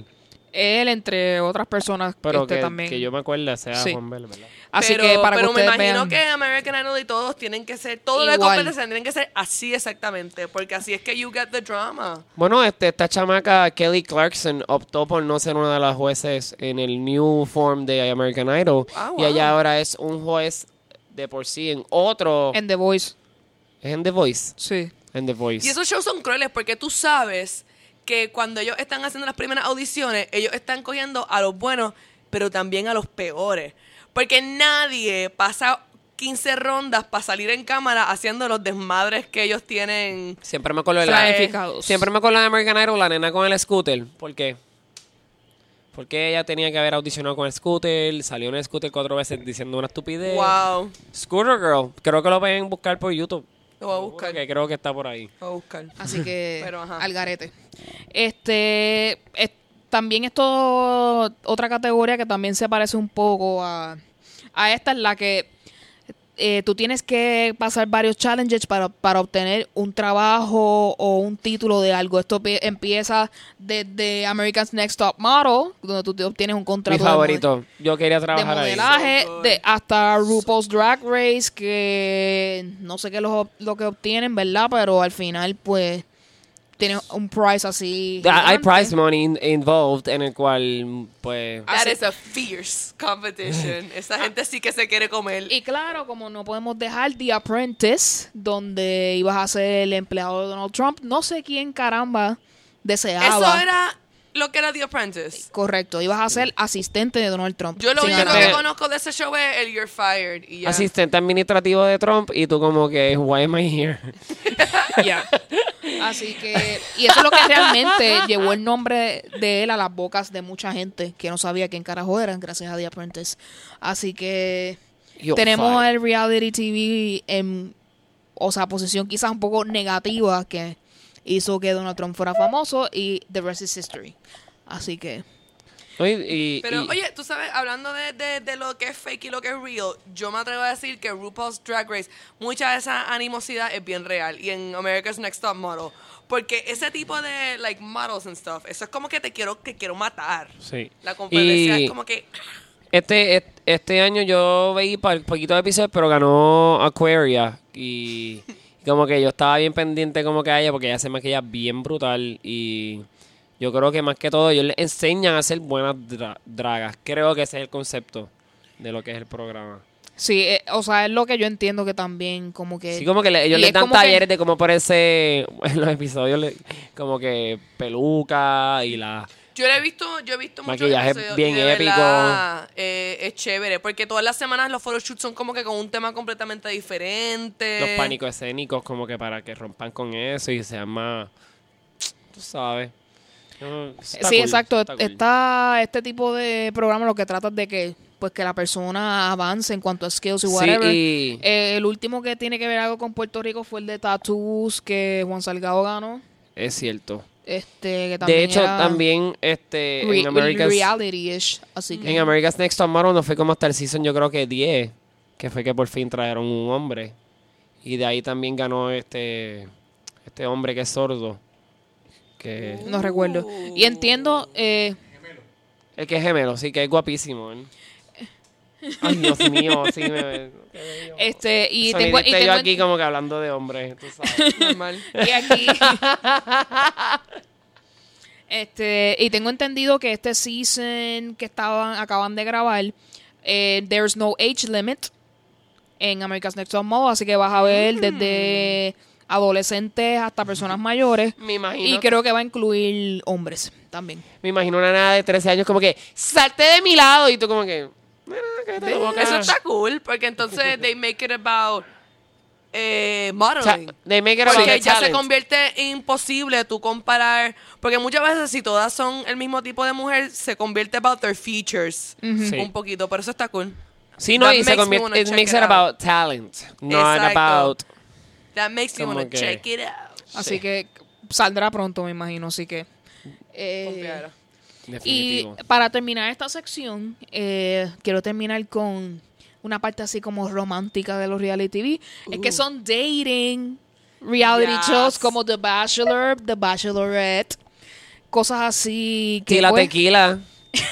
Él, entre otras personas, Pero que, también. que yo me acuerdo sea Sí. Juan Bel, ¿verdad? Así pero, que para pero que me ustedes imagino vean. que American Idol y todos tienen que ser, todo lo de Igual. competencia tienen que ser así exactamente, porque así es que you get the drama. Bueno, esta chamaca Kelly Clarkson optó por no ser una de las jueces en el new form de American Idol. Ah, Y wow. ella ahora es un juez de por sí en otro... En The Voice. ¿Es en The Voice? Sí. En The Voice. Y esos shows son crueles porque tú sabes que cuando ellos están haciendo las primeras audiciones, ellos están cogiendo a los buenos, pero también a los peores. Porque nadie pasa 15 rondas para salir en cámara haciendo los desmadres que ellos tienen. Siempre me acuerdo de Planificados. Siempre me acuerdo de American Idol, la nena con el scooter. ¿Por qué? Porque ella tenía que haber audicionado con el scooter, salió en el scooter 4 veces diciendo una estupidez. Wow. Scooter Girl, creo que lo pueden buscar por YouTube. Lo voy a buscar. Que creo que está por ahí. Lo voy a buscar. Así que Pero, ajá. al garete. También esto otra categoría que también se parece un poco a esta, en la que tú tienes que pasar varios challenges para obtener un trabajo o un título de algo. Esto empieza desde America's Next Top Model, donde tú te obtienes un Mi contrato favorito. Yo quería de trabajar ahí. modelaje, So good. hasta RuPaul's Drag Race, que no sé qué es lo que obtienen, ¿verdad? Pero al final, pues, tiene un prize así. Hay gigante. prize money involved en el cual, pues... That is a fierce competition. Esa gente sí que se quiere comer. Y claro, como no podemos dejar The Apprentice, donde ibas a ser el empleado de Donald Trump, no sé quién caramba deseaba. Eso era lo que era The Apprentice. Correcto, ibas a ser asistente de Donald Trump. Yo lo Sin único ganar. que conozco de ese show es el You're Fired. Y ya. Asistente administrativo de Trump y tú como que, why am I here? Ya. Así que, y eso es lo que realmente llevó el nombre de él a las bocas de mucha gente que no sabía quién carajo eran, gracias a The Apprentice. Así que You're tenemos fired. al reality TV en, o sea, posición quizás un poco negativa que hizo que Donald Trump fuera famoso y the rest is history. Así que, Pero, oye, tú sabes, hablando de lo que es fake y lo que es real, yo me atrevo a decir que RuPaul's Drag Race, mucha de esa animosidad es bien real. Y en America's Next Top Model. Porque ese tipo de, like, models and stuff, eso es como que te quiero matar. Sí. La competencia Y es como que... este año yo veí poquitos episodios, pero ganó Aquaria. Y como que yo estaba bien pendiente como que a ella, porque ella se maquilla bien brutal. Y yo creo que más que todo ellos les enseñan a hacer buenas dragas. Creo que ese es el concepto de lo que es el programa. sí, o sea, es lo que yo entiendo que también como que... Sí, como que ellos y les es dan como que- talleres de cómo ponerse en los episodios, como que peluca y la... Yo he visto muchos Maquillaje episodios bien y de épico. verdad, es chévere, porque todas las semanas los photoshoots son como que con un tema completamente diferente. Los pánicos escénicos como que para que rompan con eso y sean más... Tú sabes. Está Sí, cool, exacto. está cool. Este tipo de programa lo que trata es de que pues que la persona avance en cuanto a skills y Sí, whatever. y- El último que tiene que ver algo con Puerto Rico fue el de Tattoos que Juan Salgado ganó. Es cierto. Que también De hecho, era también en America's, reality-ish. Así que en America's Next Top Model no fue como hasta el season, yo creo que 10, que fue que por fin trajeron un hombre. Y de ahí también ganó este hombre que es sordo. Que no recuerdo. Y entiendo... el que es gemelo, sí, que es guapísimo. ¿eh? Ay, Dios mío, sí me... y Sonidista tengo yo aquí como que hablando de hombres, tú sabes. Normal. Y aquí. Y tengo entendido que este season que acaban de grabar, there's no age limit en America's Next Top Model, así que vas a ver desde adolescentes hasta personas mayores. Me imagino. Y creo que va a incluir hombres también. Me imagino una nena de 13 años como que, salte de mi lado. Y tú como que, "Mira, cállate la boca". Eso está cool, porque entonces they make it about modeling. They make it about Porque the ya se talent. convierte imposible tú comparar. Porque muchas veces, si todas son el mismo tipo de mujer, se convierte about their features Sí. un poquito. Pero eso está cool. Sí, no, That y se makes me convierte, wanna it check makes it it out. about talent, not Exacto. about... That makes me Como want to que- check it out. Así Sí. que saldrá pronto, me imagino. Así que. Confiara. Y Definitivo. para terminar esta sección, quiero terminar con una parte así como romántica de los reality TV. Es que son dating reality Yes. shows como The Bachelor, The Bachelorette, cosas así. Sí, que la pues, tequila.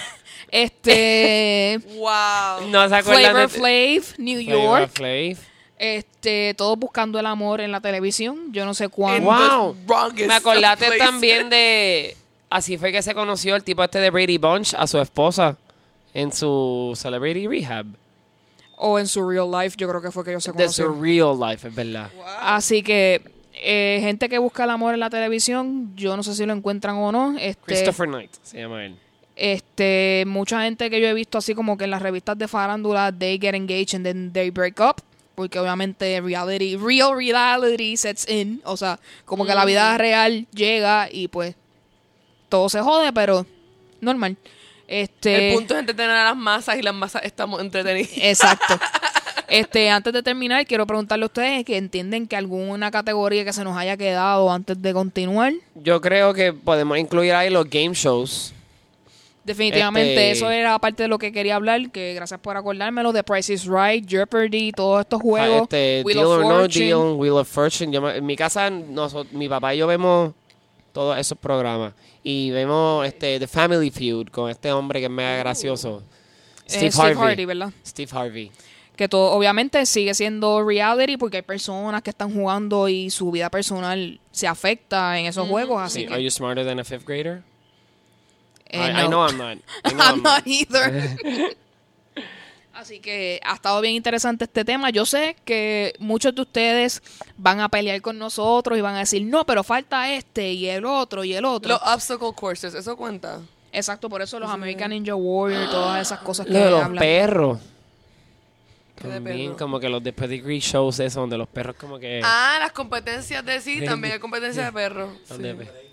Wow. No se acuerdan Flavor Flav, New Flavor York. Flav. Todos buscando el amor en la televisión. Yo no sé In cuándo. Wow. the wrongest Me acordaste of places. también de... Así fue que se conoció el tipo de Brady Bunch a su esposa en su Celebrity Rehab. O en su real life, yo creo que fue que ellos se De su conocieron. real life, es verdad. Wow. Así que, gente que busca el amor en la televisión, yo no sé si lo encuentran o no. Christopher Knight se llama él. Mucha gente que yo he visto así como que en las revistas de farándula, they get engaged and then they break up. Porque obviamente real reality sets in. O sea, como que la vida real llega y pues todo se jode, pero normal. El punto es entretener a las masas y las masas estamos entretenidas. Exacto. Antes de terminar, quiero preguntarle a ustedes que entienden que alguna categoría que se nos haya quedado antes de continuar. Yo creo que podemos incluir ahí los game shows. Definitivamente, eso era parte de lo que quería hablar, que gracias por acordármelo, de Price is Right, Jeopardy, todos estos juegos. Deal Wheel of or No Fortune. Deal, Wheel of Fortune. En mi casa, mi papá y yo vemos todos esos programas. Y vemos The Family Feud con este hombre que es mega gracioso. Steve Harvey. ¿Verdad? Steve Harvey. Que todo, obviamente, sigue siendo reality porque hay personas que están jugando y su vida personal se afecta en esos juegos, así Sí, que... Are you smarter than a fifth grader? I no. know I'm not. I know I'm not either. Así que ha estado bien interesante este tema. Yo sé que muchos de ustedes van a pelear con nosotros y van a decir, no, pero falta este y el otro y el otro. Los obstacle courses, ¿eso cuenta? Exacto, por eso los American Ninja Warrior, todas esas cosas que Lo de los hablan. perros. ¿Qué de También perro? como que los de pedigree shows esos donde los perros como que... Las competencias de sí, también hay competencias de perros. donde-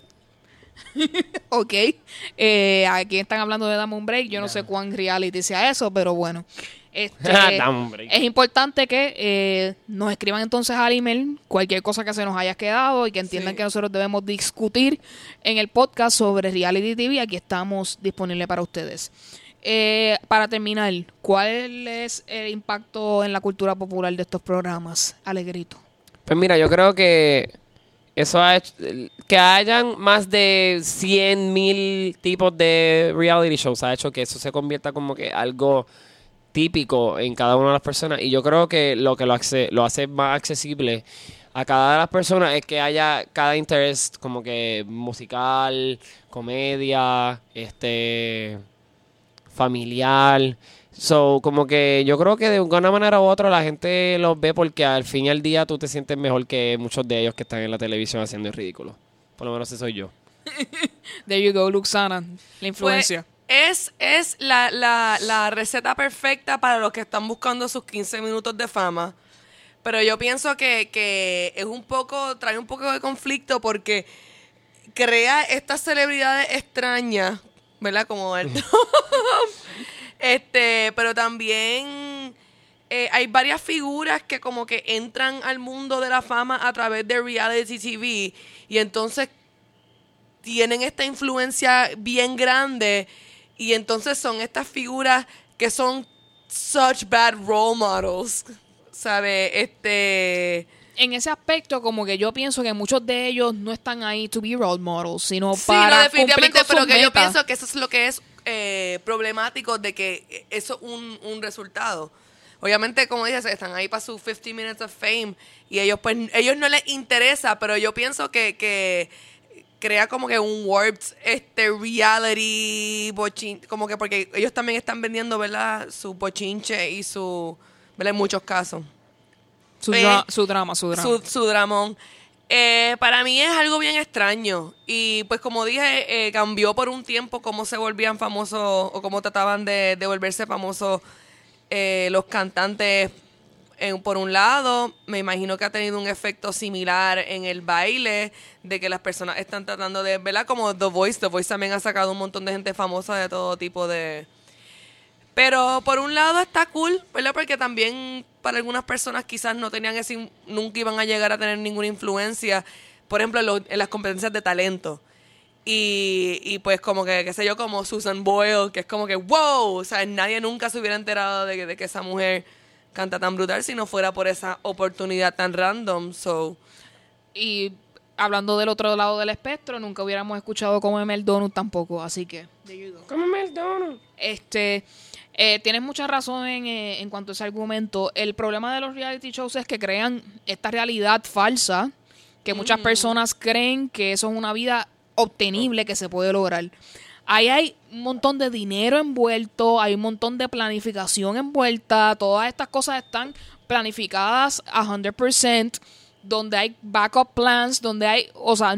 Ok. Aquí están hablando de Dame un Break. Yo no sé cuán reality sea eso, pero bueno. Dame un break. Es importante que nos escriban entonces al email cualquier cosa que se nos haya quedado y que entiendan Sí. que nosotros debemos discutir en el podcast sobre Reality TV. Aquí estamos disponibles para ustedes. Para terminar, ¿cuál es el impacto en la cultura popular de estos programas? Alegrito. Pues mira, yo creo que eso ha hecho, que hayan más de 100,000 tipos de reality shows ha hecho que eso se convierta como que algo típico en cada una de las personas. Y yo creo que lo que lo hace más accesible a cada de las personas es que haya cada interés como que musical, comedia, familiar. So, como que yo creo que de una manera u otra la gente los ve porque al fin y al día tú te sientes mejor que muchos de ellos que están en la televisión haciendo el ridículo. Por lo menos ese soy yo. There you go, Luxana. La influencia. Pues, es la receta perfecta para los que están buscando sus 15 minutos de fama. Pero yo pienso que es trae un poco de conflicto porque crea estas celebridades extrañas, ¿verdad? Como el pero también hay varias figuras que como que entran al mundo de la fama a través de reality TV y entonces tienen esta influencia bien grande y entonces son estas figuras que son such bad role models, ¿sabes? En ese aspecto, como que yo pienso que muchos de ellos no están ahí to be role models, sino Sí, para no, definitivamente, cumplir con pero sus que yo metas. pienso que eso es lo que es problemático de que eso es un resultado. Obviamente, como dices, están ahí para sus 50 minutes of fame y ellos ellos no les interesa, pero yo pienso que crea como que un warped reality como que porque ellos también están vendiendo, ¿verdad? Su bochinche y su, ¿verdad? En muchos casos. Su drama. Su dramón. Para mí es algo bien extraño. Y pues como dije, cambió por un tiempo cómo se volvían famosos o cómo trataban de volverse famosos los cantantes. Por un lado, me imagino que ha tenido un efecto similar en el baile, de que las personas están tratando de, ¿verdad? Como The Voice. The Voice también ha sacado un montón de gente famosa de todo tipo de... Pero por un lado está cool, ¿verdad? Porque también para algunas personas quizás no tenían nunca iban a llegar a tener ninguna influencia, por ejemplo, en las competencias de talento. Y pues como que, qué sé yo, como Susan Boyle, que es como que, wow, o sea, nadie nunca se hubiera enterado de que esa mujer canta tan brutal si no fuera por esa oportunidad tan random. So, Y hablando del otro lado del espectro, nunca hubiéramos escuchado Cómeme el Donut tampoco, así que... Cómeme el donut. Tienes mucha razón en cuanto a ese argumento. El problema de los reality shows es que crean esta realidad falsa, que muchas personas creen que eso es una vida obtenible que se puede lograr. Ahí hay un montón de dinero envuelto, hay un montón de planificación envuelta, todas estas cosas están planificadas a 100%, donde hay backup plans, donde hay, o sea,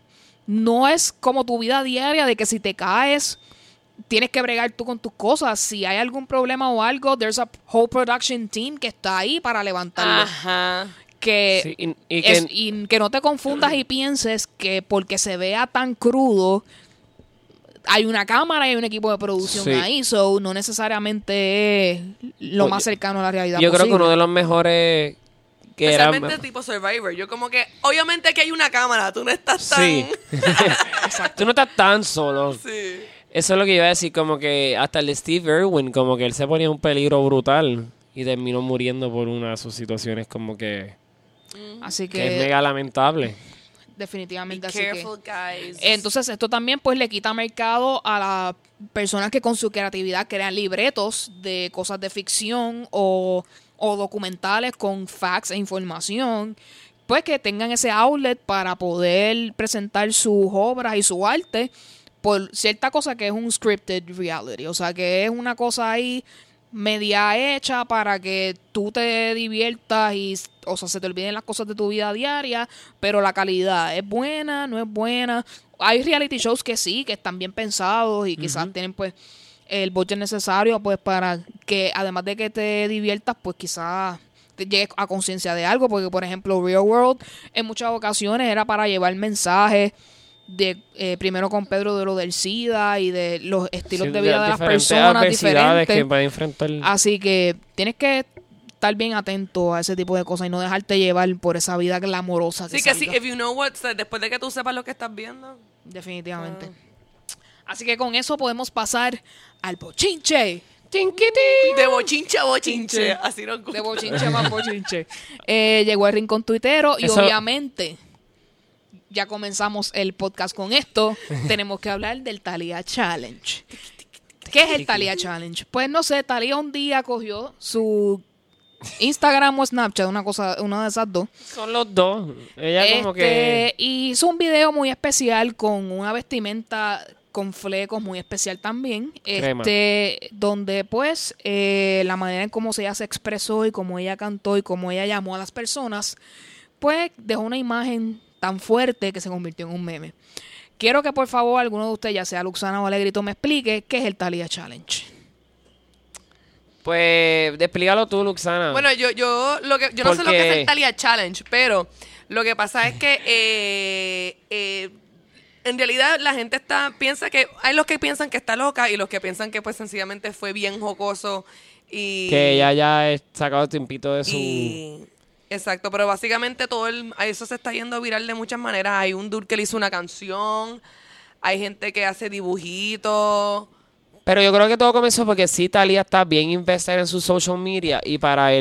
no es como tu vida diaria de que si te caes tienes que bregar tú con tus cosas. Si hay algún problema o algo, there's a whole production team que está ahí para levantarlo. Ajá. Que, Sí, y que no te confundas y pienses que porque se vea tan crudo hay una cámara y hay un equipo de producción Sí. ahí, so no necesariamente es lo más cercano a la realidad Yo creo posible. que uno de los mejores que era... Especialmente tipo Survivor. Yo como que, obviamente que hay una cámara, tú no estás tan... Sí. Tú no estás tan solo. Sí. Eso es lo que iba a decir, como que hasta el de Steve Irwin, como que él se ponía en un peligro brutal y terminó muriendo por una de sus situaciones como que Así es que mega lamentable. definitivamente Be así que... careful, guys. Entonces esto también pues le quita mercado a las personas que con su creatividad crean libretos de cosas de ficción o documentales con facts e información, pues que tengan ese outlet para poder presentar sus obras y su arte por cierta cosa que es un scripted reality, o sea que es una cosa ahí media hecha para que tú te diviertas y, o sea, se te olviden las cosas de tu vida diaria, pero la calidad es buena, no es buena. Hay reality shows que sí, que están bien pensados y quizás tienen pues el budget necesario pues para que además de que te diviertas, pues quizás te llegues a conciencia de algo, porque por ejemplo Real World en muchas ocasiones era para llevar mensajes de primero con Pedro de lo del SIDA y de los estilos Sí, de vida de las diferentes personas adversidades diferentes. que pueden enfrentar. Así que tienes que estar bien atento a ese tipo de cosas y no dejarte llevar por esa vida glamorosa que Sí, que sí, salga. if you know what, después de que tú sepas lo que estás viendo. Definitivamente. Así que con eso podemos pasar al bochinche. De bochinche a bochinche. Así nos gusta. De bochinche más bochinche. Llegó el rincón tuitero y Eso- obviamente ya comenzamos el podcast con esto. Tenemos que hablar del Thalía Challenge. ¿Qué es el Thalía Challenge? Pues no sé, Thalía un día cogió su Instagram o Snapchat, una de esas dos. Son los dos. Ella como que... Hizo un video muy especial con una vestimenta con flecos muy especial también. Crema. Donde pues la manera en cómo ella se expresó y cómo ella cantó y cómo ella llamó a las personas, pues dejó una imagen tan fuerte que se convirtió en un meme. Quiero que por favor alguno de ustedes, ya sea Luxana o Alegrito, me explique qué es el Thalía Challenge. Pues, explícalo tú, Luxana. Bueno, yo no sé lo Porque- que es el Thalía Challenge, pero lo que pasa es que en realidad la gente piensa que hay los que piensan que está loca y los que piensan que pues sencillamente fue bien jocoso y que ella ya ha sacado tiempito de su... exacto, pero básicamente a eso se está yendo viral de muchas maneras. Hay un dude que le hizo una canción, hay gente que hace dibujitos. Pero yo creo que todo comenzó porque sí, Thalía está bien invested en su social media y para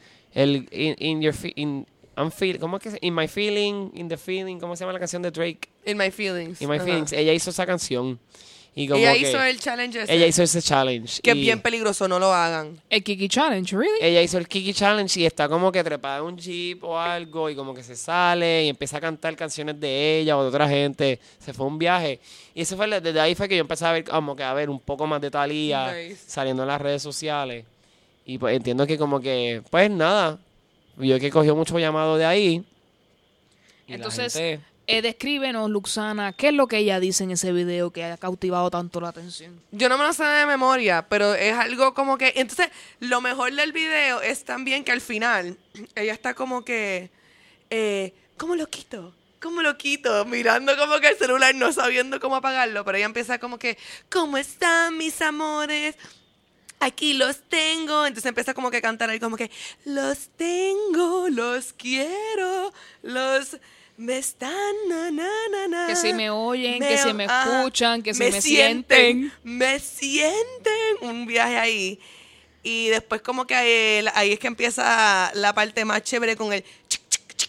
¿cómo es que In My Feeling, In The Feeling, ¿cómo se llama la canción de Drake? In My Feelings. In My Ajá. Feelings. Ella hizo esa canción y como Ella que hizo el challenge ese, ella hizo ese challenge. que es y bien peligroso, no lo hagan. El Kiki Challenge, ¿really? ella hizo el Kiki Challenge y está como que trepada en un jeep o algo y como que se sale y empieza a cantar canciones de ella o de otra gente. Se fue a un viaje. Y eso fue desde ahí fue que yo empecé a ver como que a ver un poco más de Thalía Nice. saliendo en las redes sociales. Y pues entiendo que como que, pues nada, vio que cogió mucho llamado de ahí. Y la Entonces, gente- descríbenos, Luxana, qué es lo que ella dice en ese video que ha cautivado tanto la atención. Yo no me lo sé de memoria, pero es algo como que... Entonces, lo mejor del video es también que al final ella está como que... ¿Cómo lo quito? ¿Cómo lo quito? Mirando como que el celular, no sabiendo cómo apagarlo. Pero ella empieza como que... ¿Cómo están mis amores? Aquí los tengo. Entonces empieza como que a cantar ahí como que... Los tengo, los quiero, los... Me están... Na, na, na, na. Que si me oyen, que si me escuchan, que si me sienten. sienten. Me sienten. Un viaje ahí. Y después como que ahí es que empieza la parte más chévere con el... chic, chic, chic, chic, chic.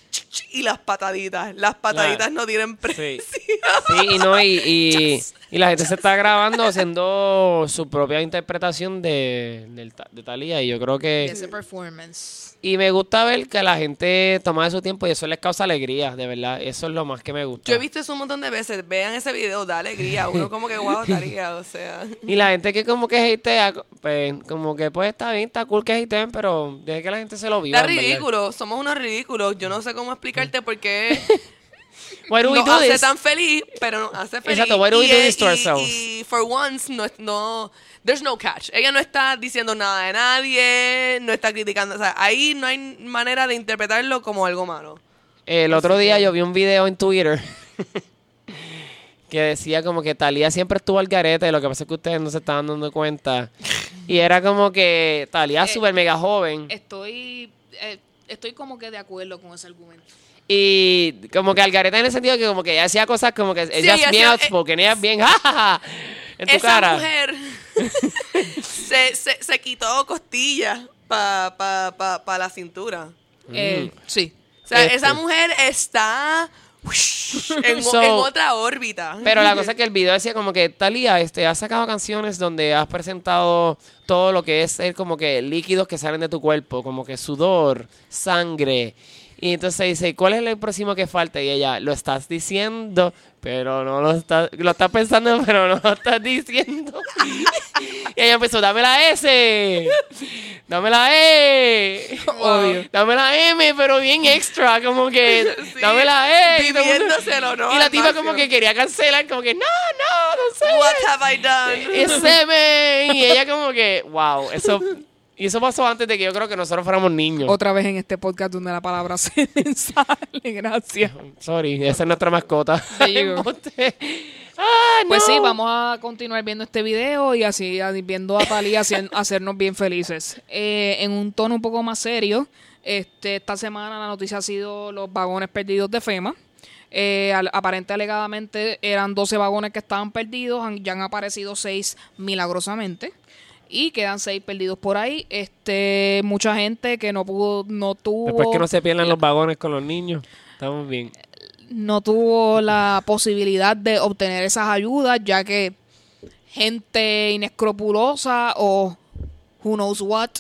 y las pataditas. Las pataditas no tienen precio. Sí, y la gente se está grabando haciendo su propia interpretación de Thalía y yo creo que... Ese performance. Y me gusta ver que la gente toma de su tiempo y eso les causa alegría, de verdad. Eso es lo más que me gusta. Yo he visto eso un montón de veces. Vean ese video, da alegría. Uno como que wow, Thalía, o sea. Y la gente que como que hatea, pues como que pues está bien, está cool que hateen, pero deje que la gente se lo viva. Está ridículo, somos unos ridículos. Yo no sé cómo explicarte por qué Why do we nos do hace this? tan feliz, pero nos hace feliz. Exacto, why do we do this to ourselves? Y for once, no, there's no catch. Ella no está diciendo nada de nadie, no está criticando. O sea, ahí no hay manera de interpretarlo como algo malo. El otro día yo vi un video en Twitter que decía como que Thalía siempre estuvo al garete, lo que pasa es que ustedes no se estaban dando cuenta. Y era como que Thalía súper mega joven. Estoy como que de acuerdo con ese argumento. Y como que al garete en el sentido que como que ella hacía cosas como que ella es bien outspoken, ella es bien jajaja en tu esa cara. Mujer se quitó costillas pa la cintura. Sí. O sea, Este. esa mujer está en otra órbita. Pero la cosa es que el video decía como que Thalía, has sacado canciones donde has presentado todo lo que es como que líquidos que salen de tu cuerpo, como que sudor, sangre. Y entonces dice, ¿cuál es el próximo que falta? Y ella, lo estás diciendo, pero no lo estás pensando, pero no lo estás diciendo. Y ella empezó, dame la S, dame la E, Wow. dame la M, pero bien extra, como que, Sí, dame la E. Y todo el mundo- viviéndoselo, ¿no? y la Al tipa máximo. como que quería cancelar, como que, no sé. What have I done? Es semen. Y ella como que, wow, y eso pasó antes de que yo creo que nosotros fuéramos niños. Otra vez en este podcast donde la palabra se me sale. Gracias. Sorry, esa es nuestra mascota. There you go. Embuste. Ah, no. Pues sí, vamos a continuar viendo este video y así viendo a Thalía hacernos bien felices. En un tono un poco más serio, esta semana la noticia ha sido los vagones perdidos de FEMA. Aparente alegadamente eran 12 vagones que estaban perdidos, ya han aparecido 6 milagrosamente. Y quedan 6 perdidos por ahí. Mucha gente que no tuvo... Después que no se pierdan los vagones con los niños, estamos bien. No tuvo la posibilidad de obtener esas ayudas, ya que gente inescrupulosa o who knows what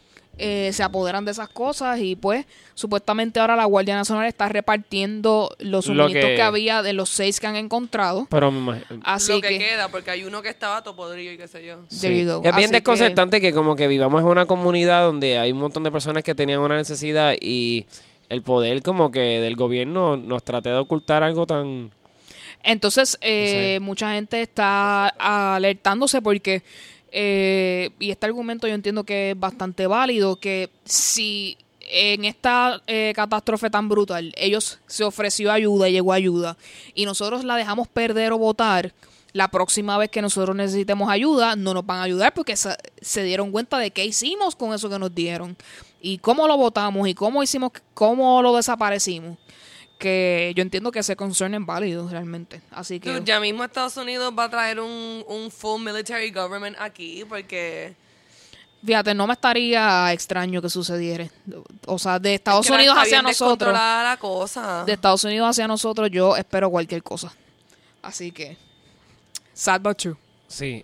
se apoderan de esas cosas y pues supuestamente ahora la Guardia Nacional está repartiendo los suministros que había de los 6 que han encontrado. Pero me imagino. Así Lo que queda, porque hay uno que estaba todo podrido y qué sé yo. There you go. Es bien Así desconcertante que como que vivamos en una comunidad donde hay un montón de personas que tenían una necesidad y el poder como que del gobierno nos trate de ocultar algo tan... Entonces, sé. mucha gente está alertándose porque, y este argumento yo entiendo que es bastante válido, que si en esta catástrofe tan brutal ellos se ofreció ayuda y llegó ayuda y nosotros la dejamos perder o votar, la próxima vez que nosotros necesitemos ayuda no nos van a ayudar porque se dieron cuenta de qué hicimos con eso que nos dieron y cómo lo votamos y cómo lo desaparecimos. Que yo entiendo que ese concern es válido realmente. Así que... Dude, ya mismo Estados Unidos va a traer un full military government aquí porque... Fíjate, no me estaría extraño que sucediera. O sea, de es Estados que Unidos está hacia bien nosotros. descontrolada la cosa. De Estados Unidos hacia nosotros, yo espero cualquier cosa. Así que... Sad but true. Sí,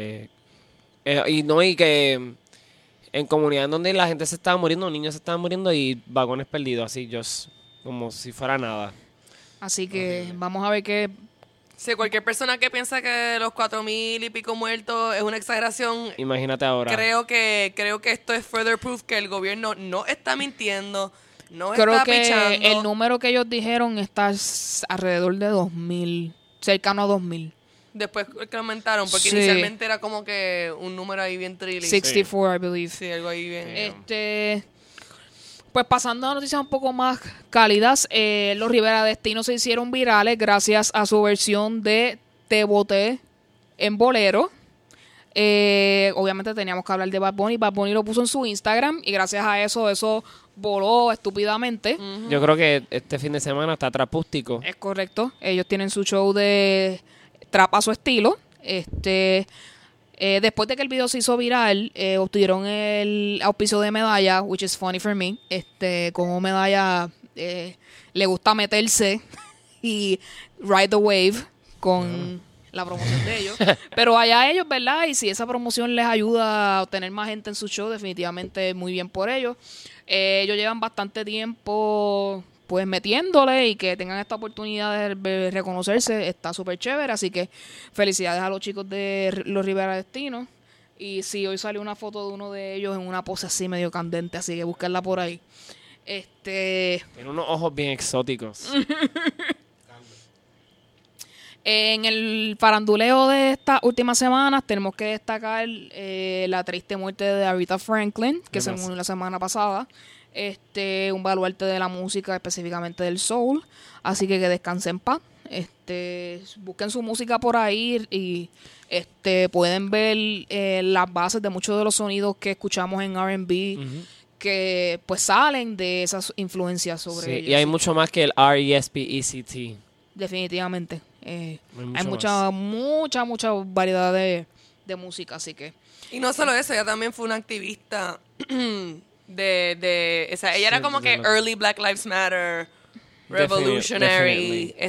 y que en comunidades donde la gente se estaba muriendo, niños se estaban muriendo y vagones perdidos, así, como si fuera nada. Así que vamos a ver qué... Si cualquier persona que piensa que los 4,000 y pico muertos es una exageración, Imagínate ahora. creo que esto es further proof que el gobierno no está mintiendo, no Creo está que pichando. el número que ellos dijeron está alrededor de 2,000. Cercano a 2,000. Después que aumentaron, porque Sí. inicialmente era como que un número ahí bien trilly. 64, I believe. Sí, algo ahí bien. Pues pasando a noticias un poco más cálidas, los Rivera Destino se hicieron virales gracias a su versión de Te Boté en Bolero. Obviamente teníamos que hablar de Bad Bunny. Bad Bunny lo puso en su Instagram y gracias a eso voló estúpidamente. Yo creo que este fin de semana está trapústico. Es correcto. Ellos tienen su show de trap a su estilo. Después de que el video se hizo viral, obtuvieron el auspicio de Medalla, which is funny for me. Como Medalla le gusta meterse y ride the wave con la promoción de ellos. Pero allá ellos, ¿verdad? Y si esa promoción les ayuda a obtener más gente en su show, definitivamente muy bien por ellos. Ellos llevan bastante tiempo pues metiéndole, y que tengan esta oportunidad de reconocerse está súper chévere. Así que felicidades a los chicos de los Rivera Destino. Y sí, hoy salió una foto de uno de ellos en una pose así medio candente, así que búsquenla por ahí. Tiene unos ojos bien exóticos. En el faranduleo de estas últimas semanas tenemos que destacar la triste muerte de Aretha Franklin, que se murió la semana pasada. Un baluarte de la música, específicamente del soul. Así que descanse en paz. Busquen su música por ahí y pueden ver las bases de muchos de los sonidos que escuchamos en R&B, que pues salen de esas influencias sobre ellos. Y hay mucho más que el R-E-S-P-E-C-T. Definitivamente. Hay mucha variedad de música, así que... Y no solo eso, ella también fue una activista o sea, ella era como que early Black Lives Matter, revolutionary,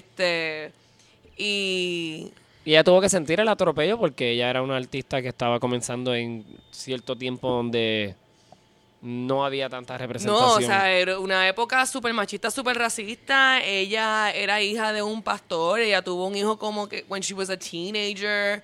y ella tuvo que sentir el atropello porque ella era una artista que estaba comenzando en cierto tiempo donde no había tanta representación. No, o sea, era una época súper machista, súper racista. Ella era hija de un pastor, ella tuvo un hijo como que when she was a teenager.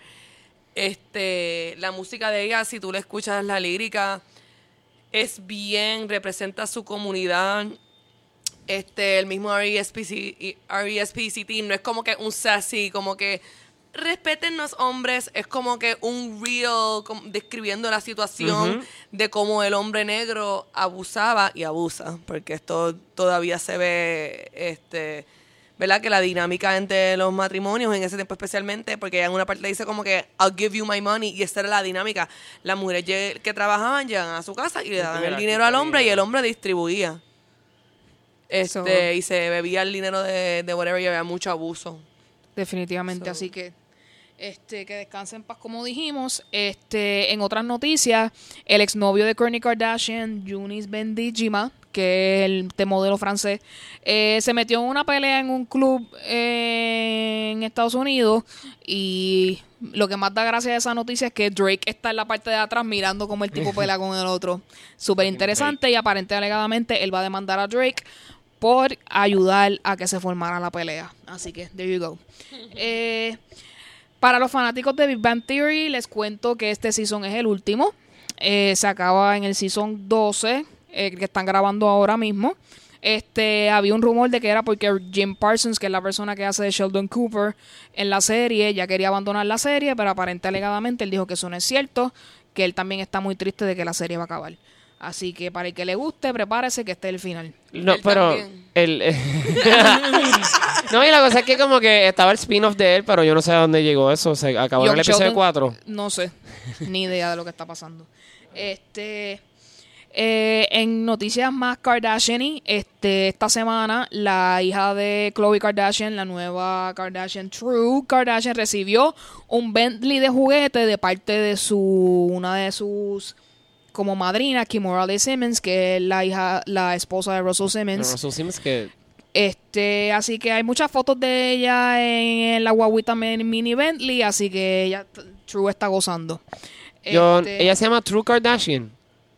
La música de ella, si tú le escuchas la lírica, es bien, representa su comunidad. El mismo R.E.S.P.C.T. no es como que un sassy, como que respétennos hombres, es como que un real describiendo la situación de cómo el hombre negro abusaba y abusa, porque esto todavía se ve, ¿verdad? Que la dinámica entre los matrimonios en ese tiempo especialmente, porque en una parte dice como que I'll give you my money, y esa era la dinámica. Las mujeres que trabajaban llegan a su casa y le daban el dinero al hombre y el hombre distribuía. Y se bebía el dinero de whatever, y había mucho abuso. Definitivamente, así que que descansen en paz, como dijimos. En otras noticias, el exnovio de Kourtney Kardashian, Younes Bendigima, que es el modelo francés, se metió en una pelea en un club en Estados Unidos, y lo que más da gracia de esa noticia es que Drake está en la parte de atrás mirando cómo el tipo pelea con el otro. Súper interesante, y aparentemente alegadamente él va a demandar a Drake por ayudar a que se formara la pelea. Así que, there you go. Para los fanáticos de Big Bang Theory, les cuento que este season es el último. Se acaba en el season 12, que están grabando ahora mismo. Había un rumor de que era porque Jim Parsons, que es la persona que hace de Sheldon Cooper en la serie, ya quería abandonar la serie, pero aparentemente alegadamente él dijo que eso no es cierto, que él también está muy triste de que la serie va a acabar. Así que para el que le guste, prepárese que este es el final. No, pero no, y la cosa es que como que estaba el spin-off de él, pero yo no sé a dónde llegó eso. Se acabó en el episodio 4. No sé, ni idea de lo que está pasando. En noticias más Kardashian, esta semana la hija de Khloe Kardashian, la nueva Kardashian, True Kardashian, recibió un Bentley de juguete de parte de una de sus como madrina, Kimora Lee Simmons, que es la esposa de Russell Simmons. Russell Simmons que... así que hay muchas fotos de ella en la guaguita mini Bentley, así que ella, True, está gozando. Ella se llama True Kardashian.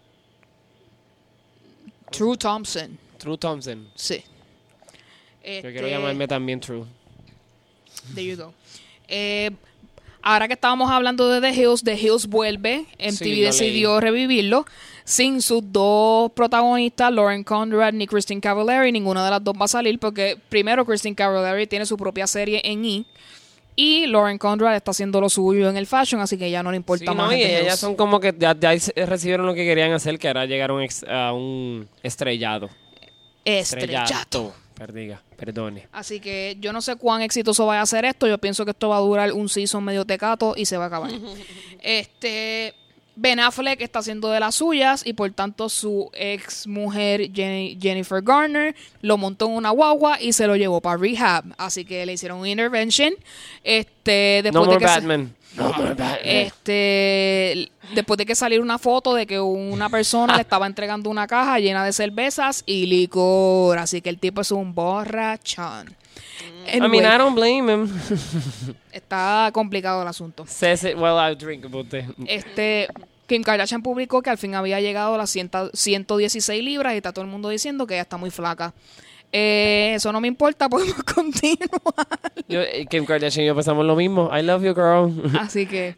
True Thompson. True Thompson. Sí. Yo quiero llamarme también True. There you go. Ahora que estábamos hablando de The Hills vuelve. MTV decidió revivirlo sin sus dos protagonistas, Lauren Conrad ni Christine Cavallari. Ninguna de las dos va a salir porque, primero, Christine Cavallari tiene su propia serie en E! Y Lauren Conrad está haciendo lo suyo en el fashion, así que ya no le importa más. Y ellas son como que ya recibieron lo que querían hacer, que era llegar a un estrellado. Estrellato. Perdone. Así que yo no sé cuán exitoso vaya a ser esto. Yo pienso que esto va a durar un season medio tecato y se va a acabar. Ben Affleck está haciendo de las suyas y por tanto su ex mujer Jennifer Garner lo montó en una guagua y se lo llevó para rehab. Así que le hicieron un intervention. Después No de more que Batman. No more Batman. después de que saliera una foto de que una persona le estaba entregando una caja llena de cervezas y licor. Así que el tipo es un borrachón. I mean, I don't blame him. Está complicado el asunto. Says it while I drink about it. Kim Kardashian publicó que al fin había llegado a las 116 libras y está todo el mundo diciendo que ella está muy flaca. Eso no me importa, podemos continuar. Kim Kardashian y yo pensamos lo mismo. I love you, girl. Así que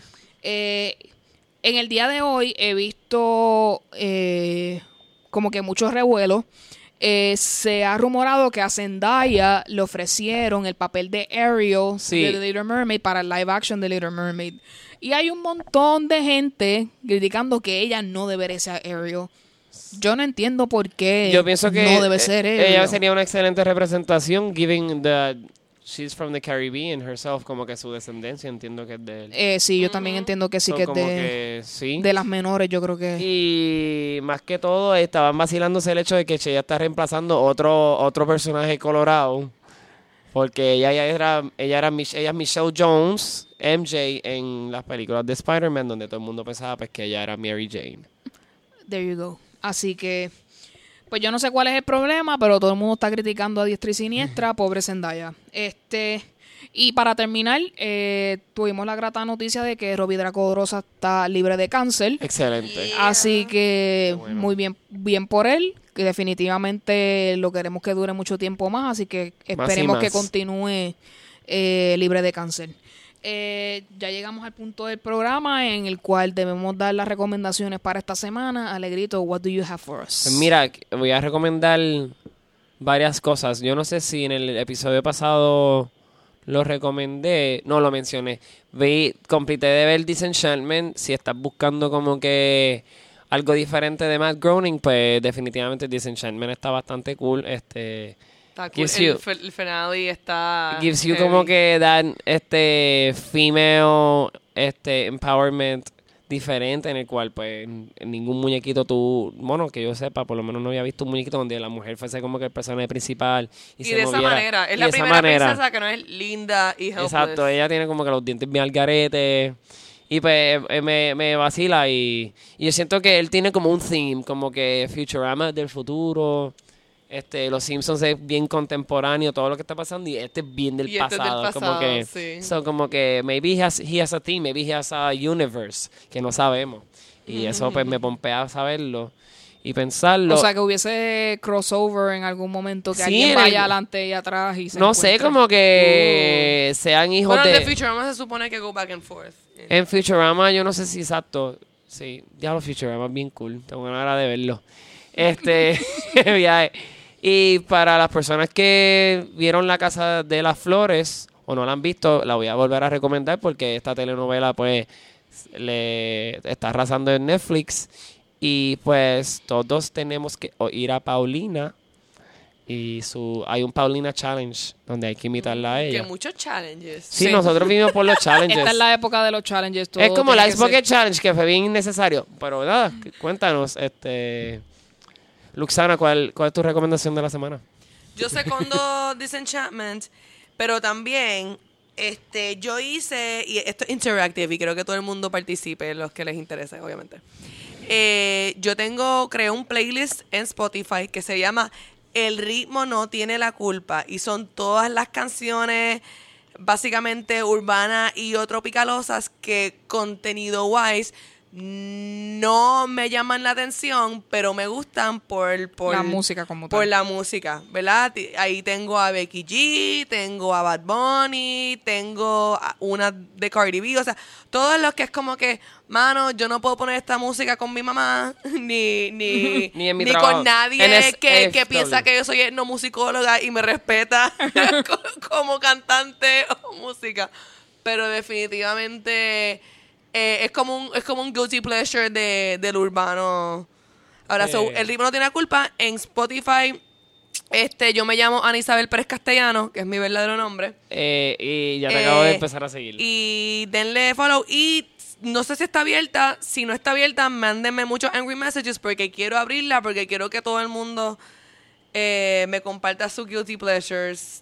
en el día de hoy he visto como que mucho revuelo. Se ha rumorado que a Zendaya le ofrecieron el papel de Ariel de The Little Mermaid para el live action de Little Mermaid. Y hay un montón de gente criticando que ella no debería ser Ariel. Yo no entiendo por qué Yo pienso que no debe ser Ariel. ella sería una excelente representación, given that she's from the Caribbean herself, como que su descendencia entiendo que es de él. Sí, yo también entiendo que sí, que es de las menores, yo creo que. Y más que todo, estaban vacilándose el hecho de que ella está reemplazando otro personaje colorado. Porque ella es Michelle Jones, MJ, en las películas de Spider-Man, donde todo el mundo pensaba pues, que ella era Mary Jane. There you go. Así que, pues yo no sé cuál es el problema, pero todo el mundo está criticando a diestra y siniestra, pobre Zendaya. Y para terminar, tuvimos la grata noticia de que Robbie Draco Rosa está libre de cáncer. Excelente. Así que bueno. muy bien por él, que definitivamente lo queremos que dure mucho tiempo más, así que esperemos más. que continúe libre de cáncer. Ya llegamos al punto del programa en el cual debemos dar las recomendaciones para esta semana. Alegrito, what do you have for us? Pues mira, voy a recomendar varias cosas. Yo no sé si en el episodio pasado lo recomendé, no lo mencioné. Completé de ver Disenchantment. Si estás buscando como que algo diferente de Matt Groening, pues definitivamente Disenchantment está bastante cool. Está cool. El finale está Gives you heavy. como que that female empowerment diferente, en el cual pues en ningún muñequito que yo sepa, por lo menos no había visto un muñequito donde la mujer fuese como que el personaje principal y se de moviera. esa manera, es Y la de esa primera manera. princesa que no es linda y helpless. Exacto, ella tiene como que los dientes bien al garete. Y pues me vacila y yo siento que él tiene como un theme, como que Futurama del futuro, los Simpsons es bien contemporáneo, todo lo que está pasando, y es bien del Y este es del pasado. Como pasado, que, sí. como que maybe he has a theme, maybe he has a universe, que no sabemos. Y eso pues me pompea saberlo y pensarlo. O sea, que hubiese crossover en algún momento, que Sí, alguien en vaya el- adelante y atrás y se No sé, encuentre. como que sean hijos Bueno, de... de Futurama se supone que go back and forth. En Futurama, yo no sé si exacto. Sí, ya los Futurama es bien cool. Tengo ganas de verlo. Viaje. Y para las personas que vieron La Casa de las Flores o no la han visto, la voy a volver a recomendar porque esta telenovela, pues, le está arrasando en Netflix. Y pues, todos tenemos que ir a Paulina. Y hay un Paulina Challenge donde hay que imitarla a Que ella. muchos challenges. Sí, nosotros vimos por los challenges. Esta es la época de los challenges. todo Es como tiene la que Ice ser- Bucket Challenge, que fue bien innecesario. Pero nada, cuéntanos, Luxana, ¿cuál es tu recomendación de la semana? Yo secundo Disenchantment, pero también yo hice, y esto es interactive y creo que todo el mundo participe, los que les interese, obviamente. Creé un playlist en Spotify que se llama El ritmo no tiene la culpa, y son todas las canciones básicamente urbanas y o tropicalosas que contenido wise no me llaman la atención, pero me gustan por la música como por tal. la música, ¿verdad? Ahí tengo a Becky G, tengo a Bad Bunny, tengo una de Cardi B, o sea, todos los que es como que, mano, yo no puedo poner esta música con mi mamá, ni Ni en mi ni trabajo. con nadie En que SFW. piensa que yo soy etnomusicóloga y me respeta como cantante o música. Pero definitivamente es como un guilty pleasure del urbano. Ahora, el ritmo no tiene la culpa. En Spotify, yo me llamo Ana Isabel Pérez Castellano, que es mi verdadero nombre. Y ya te acabo de empezar a seguir. Y denle follow. Y no sé si está abierta. Si no está abierta, mándenme muchos angry messages porque quiero abrirla, porque quiero que todo el mundo me comparta sus guilty pleasures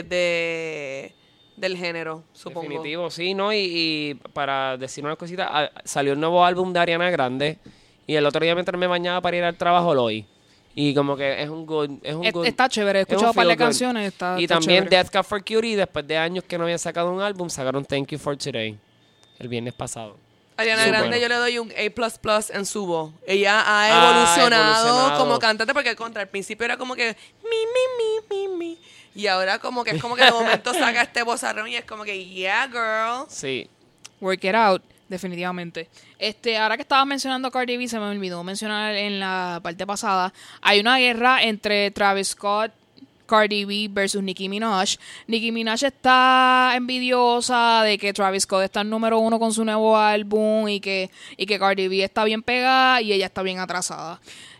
del género, supongo. Definitivo, sí, ¿no? Y para decir una cosita, salió el nuevo álbum de Ariana Grande y el otro día mientras me bañaba para ir al trabajo lo oí. Y como que es un good... Está chévere, he escuchado un par de canciones. Y está también chévere. Death Cab for Cutie, después de años que no habían sacado un álbum, sacaron Thank You for Today, el viernes pasado. Ariana Súper. Grande yo le doy un A++ en su voz. Ella ha evolucionado como cantante porque al principio era como que mi. Y ahora como que es como que de momento saca este vozarrón y es como que yeah, girl. Sí. Work It Out, definitivamente. Ahora que estaba mencionando a Cardi B, se me olvidó mencionar en la parte pasada, hay una guerra entre Travis Scott, Cardi B versus Nicki Minaj. Nicki Minaj está envidiosa de que Travis Scott está en número 1 con su nuevo álbum y que Cardi B está bien pegada y ella está bien atrasada.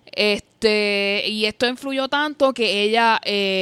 Y esto influyó tanto que ella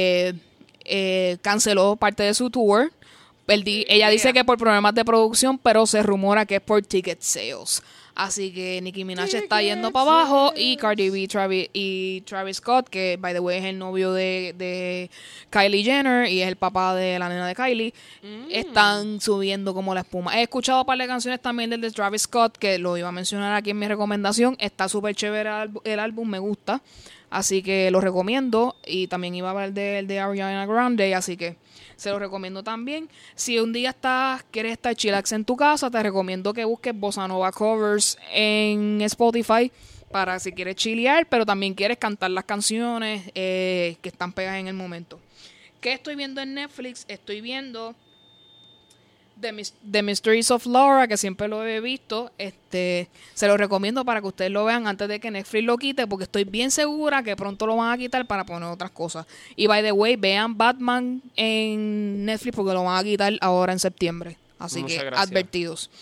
canceló parte de su tour. Ella dice que por problemas de producción, pero se rumora que es por ticket sales. Así que Nicki Minaj está yendo para abajo y Cardi B Travis Scott, que by the way es el novio de Kylie Jenner y es el papá de la nena de Kylie, están subiendo como la espuma. He escuchado un par de canciones también del de Travis Scott, que lo iba a mencionar aquí en mi recomendación. Está súper chévere el álbum, me gusta. Así que lo recomiendo. Y también iba a hablar del de Ariana Grande, así que se lo recomiendo también. Si un día quieres estar chillax en tu casa, te recomiendo que busques Bossa Nova Covers en Spotify para si quieres chilear, pero también quieres cantar las canciones que están pegadas en el momento. ¿Qué estoy viendo en Netflix? Estoy viendo The Mysteries of Laura, que siempre lo he visto. Se lo recomiendo para que ustedes lo vean antes de que Netflix lo quite, porque estoy bien segura que pronto lo van a quitar para poner otras cosas. Y by the way, vean Batman en Netflix porque lo van a quitar ahora en septiembre. Así Muchas que gracias. advertidos.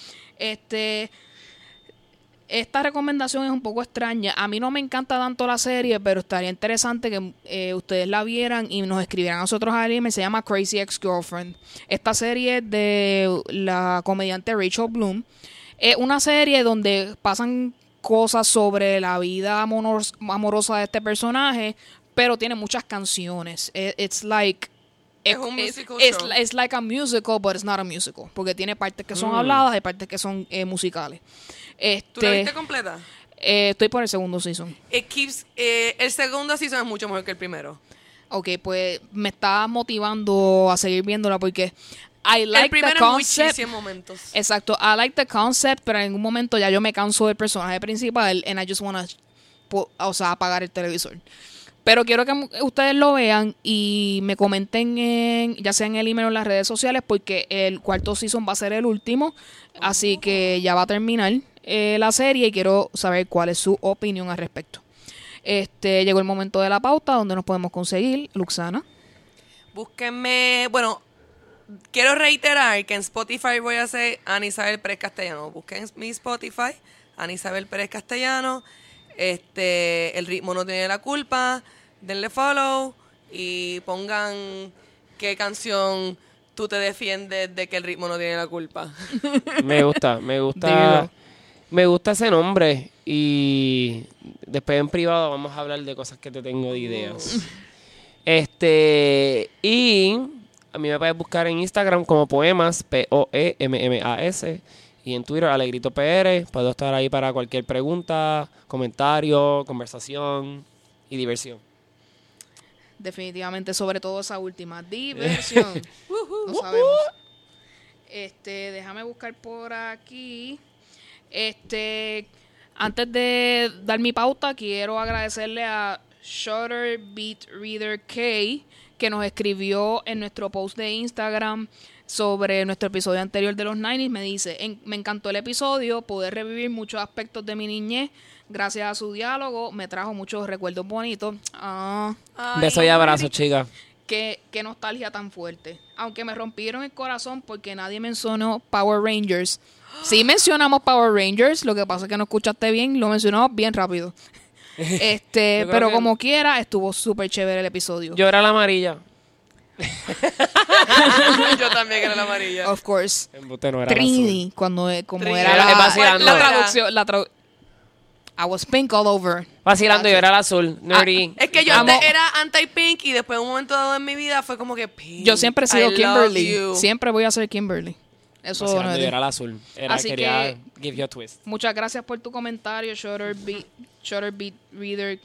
Esta recomendación es un poco extraña. A mí no me encanta tanto la serie, pero estaría interesante que ustedes la vieran y nos escribieran a nosotros al email. Se llama Crazy Ex-Girlfriend. Esta serie es de la comediante Rachel Bloom. Es una serie donde pasan cosas sobre la vida amorosa de este personaje, pero tiene muchas canciones. It's like... Es un musical show. It's like a musical, but it's not a musical. Porque tiene partes que son habladas y partes que son musicales. ¿Tú la viste completa? Estoy por el segundo season. El segundo season es mucho mejor que el primero. Ok, pues me está motivando a seguir viéndola porque I like el primero the es muy concept. cheesy en momentos. Exacto, I like the concept, pero en un momento ya yo me canso del personaje principal and I just wanna apagar el televisor. Pero quiero que ustedes lo vean y me comenten ya sea en el email o en las redes sociales, porque el cuarto season va a ser el último, así que ya va a terminar la serie y quiero saber cuál es su opinión al respecto. Llegó el momento de la pauta donde nos podemos conseguir, Luxana. Búsquenme, bueno, quiero reiterar que en Spotify voy a hacer Ana Isabel Pérez Castellano. Busquen mi Spotify, Ana Isabel Pérez Castellano. El ritmo no tiene la culpa. Denle follow y pongan qué canción tú te defiendes de que el ritmo no tiene la culpa. Me gusta Digo. me gusta ese nombre y después en privado vamos a hablar de cosas que te tengo de ideas. Y a mí me puedes buscar en Instagram como Poemas, Poemmas, y en Twitter Alegrito PR. Puedo estar ahí para cualquier pregunta, comentario, conversación y diversión. Definitivamente, sobre todo esa última, diversión. Lo sabemos. Déjame buscar por aquí. Antes de dar mi pauta, quiero agradecerle a Shutter Beat Reader K, que nos escribió en nuestro post de Instagram sobre nuestro episodio anterior de los 90s. Me dice: me encantó el episodio, poder revivir muchos aspectos de mi niñez. Gracias a su diálogo me trajo muchos recuerdos bonitos. Besos y abrazos, chicas. Qué nostalgia tan fuerte. Aunque me rompieron el corazón porque nadie mencionó Power Rangers. Sí mencionamos Power Rangers, lo que pasa es que no escuchaste bien, lo mencionamos bien rápido. Pero como quiera, estuvo súper chévere el episodio. Yo era la amarilla. Yo también, que era la amarilla. Of course. Embuste no era Trinity, como Trinity. era Era vacilando. la traducción. I was pink all over. Vacilando, yo era el azul. Nerdy. Es que yo Amo- antes era anti-pink y después de un momento dado en mi vida fue como que pink. Yo siempre he sido I Kimberly. love you. Siempre voy a ser Kimberly. Eso no Vacilando, es yo de- era el azul. Así Quería que- give you a twist. Muchas gracias por tu comentario, Shutterbeat Reader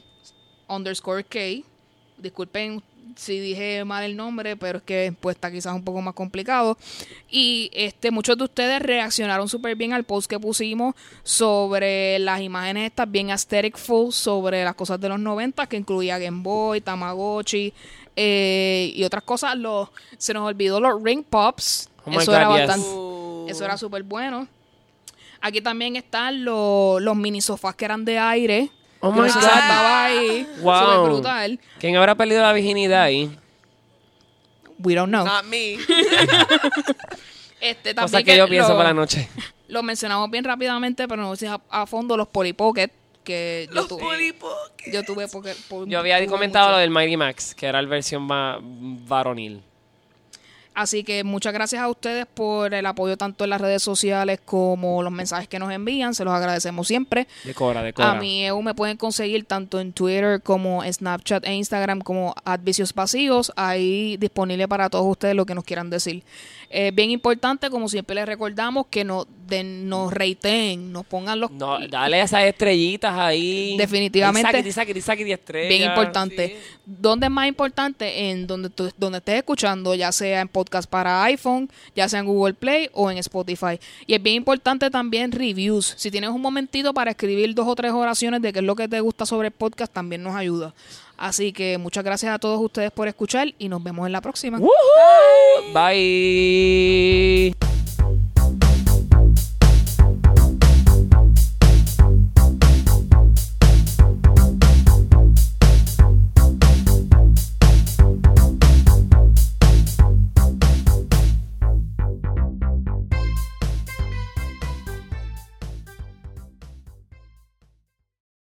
_K. Disculpen si dije mal el nombre, pero es que pues está quizás un poco más complicado. Y muchos de ustedes reaccionaron súper bien al post que pusimos sobre las imágenes estas bien aestheticful sobre las cosas de los 90, que incluía Game Boy, Tamagotchi y otras cosas. Se nos olvidó los Ring Pops. Oh my Eso God, era yes. bastante, eso era súper bueno. Aquí también están los mini sofás que eran de aire. Oh que my eso God. estaba ahí. Wow. Súper brutal. ¿Quién habrá perdido la virginidad ahí? We don't know. Not me. También Cosas que yo pienso para la noche. Lo mencionamos bien rápidamente, pero no sé a fondo los Polly Pocket que Los polipos. yo tuve Yo había comentado lo del Mighty Max, que era la versión más varonil. Así que muchas gracias a ustedes por el apoyo tanto en las redes sociales como los mensajes que nos envían. Se los agradecemos siempre. Decora. A mí me pueden conseguir tanto en Twitter como en Snapchat e Instagram como @viciospasivos. Ahí disponible para todos ustedes lo que nos quieran decir. Bien importante, como siempre les recordamos, que nos rateen, nos pongan los... No, dale esas estrellitas ahí. Definitivamente. Sáquete estrellas. Bien importante. Sí. ¿Dónde es más importante? En donde estés escuchando, ya sea en podcast para iPhone, ya sea en Google Play o en Spotify. Y es bien importante también reviews. Si tienes un momentito para escribir 2 o 3 oraciones de qué es lo que te gusta sobre el podcast, también nos ayuda. Así que muchas gracias a todos ustedes por escuchar y nos vemos en la próxima. ¡Woohoo! Bye.